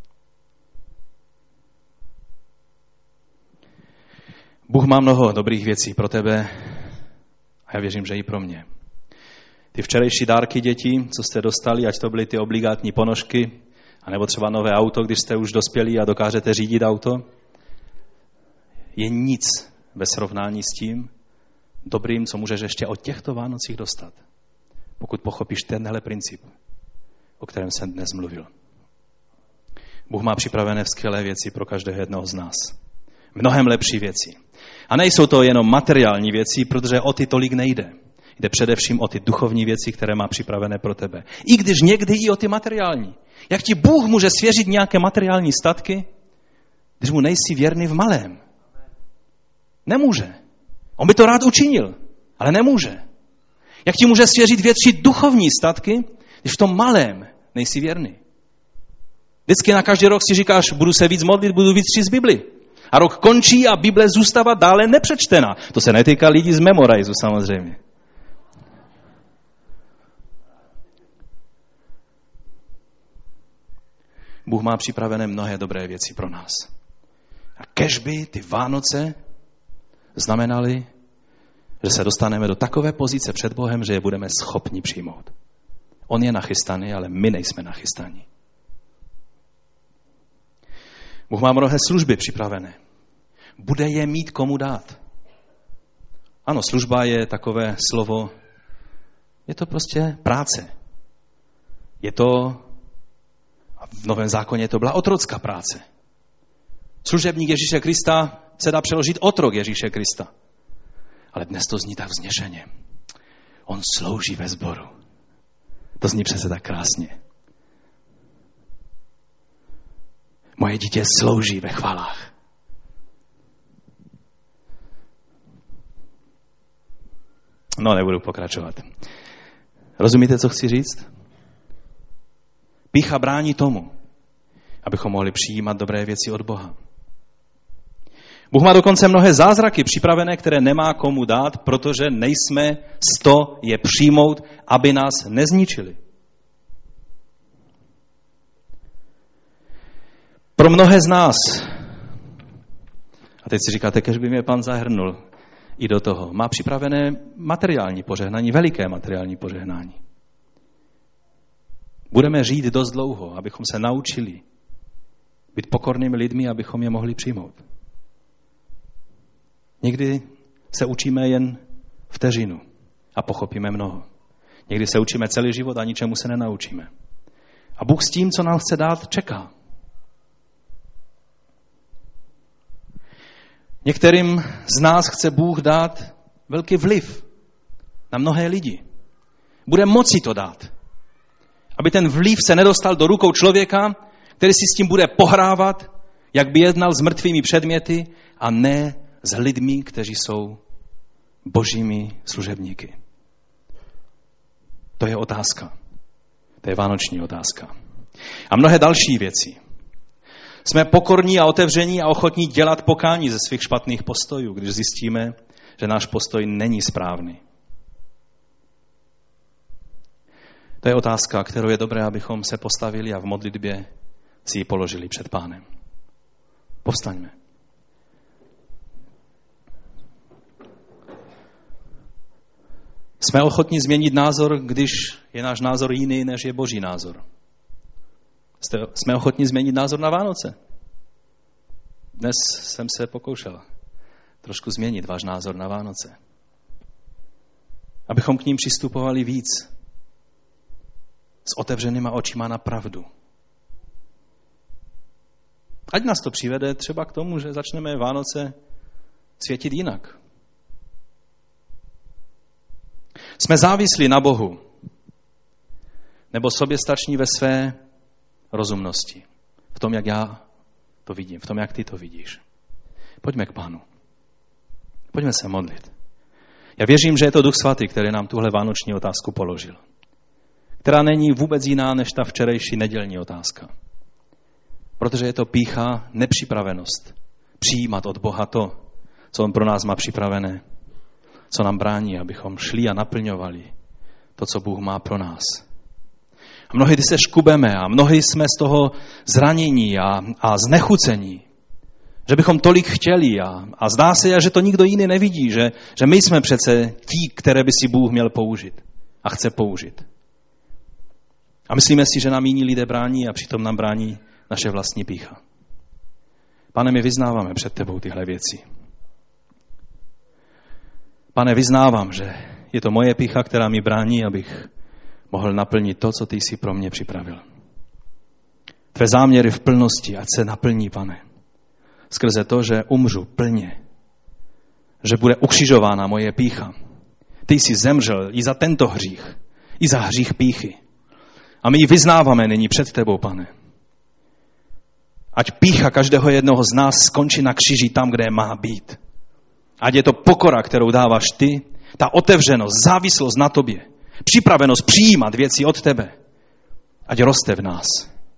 Bůh má mnoho dobrých věcí pro tebe a já věřím, že i pro mě. Ty včerejší dárky dětí, co jste dostali, ať to byly ty obligátní ponožky, anebo třeba nové auto, když jste už dospělí a dokážete řídit auto, je nic ve srovnání s tím dobrým, co můžeš ještě od těchto Vánocích dostat. Pokud pochopíš tenhle princip, o kterém jsem dnes mluvil. Bůh má připravené skvělé věci pro každého jednoho z nás. Mnohem lepší věci. A nejsou to jenom materiální věci, protože o ty tolik nejde. Jde především o ty duchovní věci, které má připravené pro tebe. I když někdy i o ty materiální. Jak ti Bůh může svěřit nějaké materiální statky, když mu nejsi věrný v malém? Nemůže. On by to rád učinil, ale nemůže. Jak ti může svěřit větší duchovní statky, když v tom malém nejsi věrný? Vždycky na každý rok si říkáš, budu se víc modlit, budu víc číst Bibli. A rok končí a Bible zůstává dále nepřečtená. To se netýká lidí z Memorizu samozřejmě. Bůh má připravené mnohé dobré věci pro nás. A kež by ty Vánoce znamenaly, že se dostaneme do takové pozice před Bohem, že je budeme schopni přijmout. On je nachystaný, ale my nejsme nachystaní. Bůh má mnohé služby připravené. Bude je mít komu dát. Ano, služba je takové slovo, je to prostě práce. Je to, a v Novém zákoně to byla otrocká práce. Služebník Ježíše Krista se dá přeložit otrok Ježíše Krista. Ale dnes to zní tak vznešeně. On slouží ve sboru. To zní přece tak krásně. Moje dítě slouží ve chvalách. No, nebudu pokračovat. Rozumíte, co chci říct? Pýcha brání tomu, abychom mohli přijímat dobré věci od Boha. Bůh má dokonce mnohé zázraky připravené, které nemá komu dát, protože nejsme sto je přijmout, aby nás nezničili. Pro mnohé z nás, a teď si říkáte, kež by mě Pán zahrnul i do toho, má připravené materiální požehnání, veliké materiální požehnání. Budeme žít dost dlouho, abychom se naučili být pokornými lidmi, abychom je mohli přijmout. Někdy se učíme jen vteřinu a pochopíme mnoho. Někdy se učíme celý život a ničemu se nenaučíme. A Bůh s tím, co nám chce dát, čeká. Některým z nás chce Bůh dát velký vliv na mnohé lidi. Bude moci to dát. Aby ten vliv se nedostal do rukou člověka, který si s tím bude pohrávat, jak by jednal s mrtvými předměty a ne s lidmi, kteří jsou božími služebníky. To je otázka. To je vánoční otázka. A mnohé další věci. Jsme pokorní a otevření a ochotní dělat pokání ze svých špatných postojů, když zjistíme, že náš postoj není správný. To je otázka, kterou je dobré, abychom se postavili a v modlitbě si ji položili před Pánem. Povstaňme. Jsme ochotní změnit názor, když je náš názor jiný, než je Boží názor. Jsme ochotní změnit názor na Vánoce. Dnes jsem se pokoušel trošku změnit váš názor na Vánoce. Abychom k ním přistupovali víc s otevřenýma očima na pravdu. Ať nás to přivede třeba k tomu, že začneme Vánoce světit jinak. Jsme závislí na Bohu, nebo soběstační ve své rozumnosti. V tom, jak já to vidím, v tom, jak ty to vidíš. Pojďme k Pánu. Pojďme se modlit. Já věřím, že je to Duch Svatý, který nám tuhle vánoční otázku položil. Která není vůbec jiná, než ta včerejší nedělní otázka. Protože je to pýcha, nepřipravenost přijímat od Boha to, co On pro nás má připravené, co nám brání, abychom šli a naplňovali to, co Bůh má pro nás. A mnohdy se škubeme a mnohdy jsme z toho zranění a, a znechucení, že bychom tolik chtěli a, a zdá se, že to nikdo jiný nevidí, že, že my jsme přece ti, které by si Bůh měl použít a chce použít. A myslíme si, že nám jiní lidé brání a přitom nám brání naše vlastní pýcha. Pane, my vyznáváme před tebou tyhle věci. Pane, vyznávám, že je to moje pýcha, která mi brání, abych mohl naplnit to, co ty jsi pro mě připravil. Tvé záměry v plnosti, ať se naplní, Pane. Skrze to, že umřu plně, že bude ukřižována moje pýcha. Ty jsi zemřel i za tento hřích, i za hřích pýchy. A my ji vyznáváme nyní před tebou, Pane. Ať pýcha každého jednoho z nás skončí na kříži tam, kde má být. Ať je to pokora, kterou dáváš ty, ta otevřenost, závislost na tobě, připravenost přijímat věci od tebe, ať roste v nás.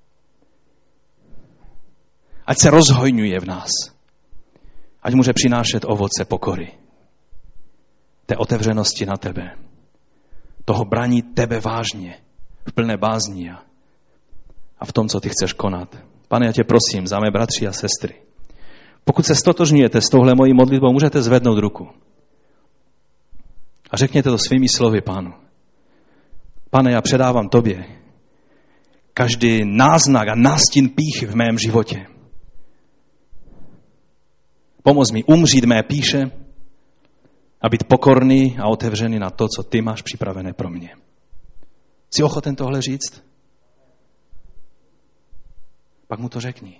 Ať se rozhojňuje v nás. Ať může přinášet ovoce pokory. Té otevřenosti na tebe. Toho braní tebe vážně, v plné bázni a v tom, co ty chceš konat. Pane, já tě prosím za mé bratři a sestry. Pokud se stotožňujete s touhle mojí modlitbou, můžete zvednout ruku. A řekněte to svými slovy, Pánu. Pane, já předávám tobě každý náznak a nástin pýchy v mém životě. Pomoz mi umřít mé píše a být pokorný a otevřený na to, co ty máš připravené pro mě. Jsi ochoten tohle říct? Pak mu to řekni.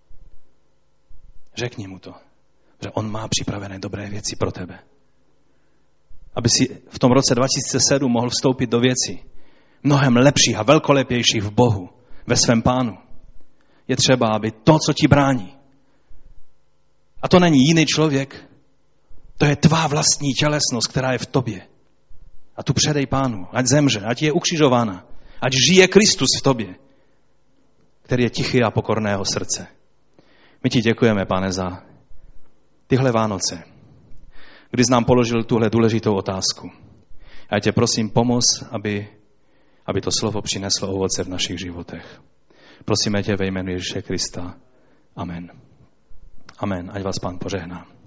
Řekni mu to, že on má připravené dobré věci pro tebe. Aby si v tom roce dva tisíce sedm mohl vstoupit do věcí mnohem lepších a velkolepějších v Bohu, ve svém Pánu. Je třeba, aby to, co ti brání, a to není jiný člověk, to je tvá vlastní tělesnost, která je v tobě. A tu předej Pánu, ať zemře, ať je ukřižována, ať žije Kristus v tobě, který je tichý a pokorného srdce. My ti děkujeme, Pane, za tyhle Vánoce, kdy jsi nám položil tuhle důležitou otázku. A já tě prosím, pomoz, aby, aby to slovo přineslo ovoce v našich životech. Prosíme tě ve jménu Ježíše Krista. Amen. Amen. Ať vás Pán požehná.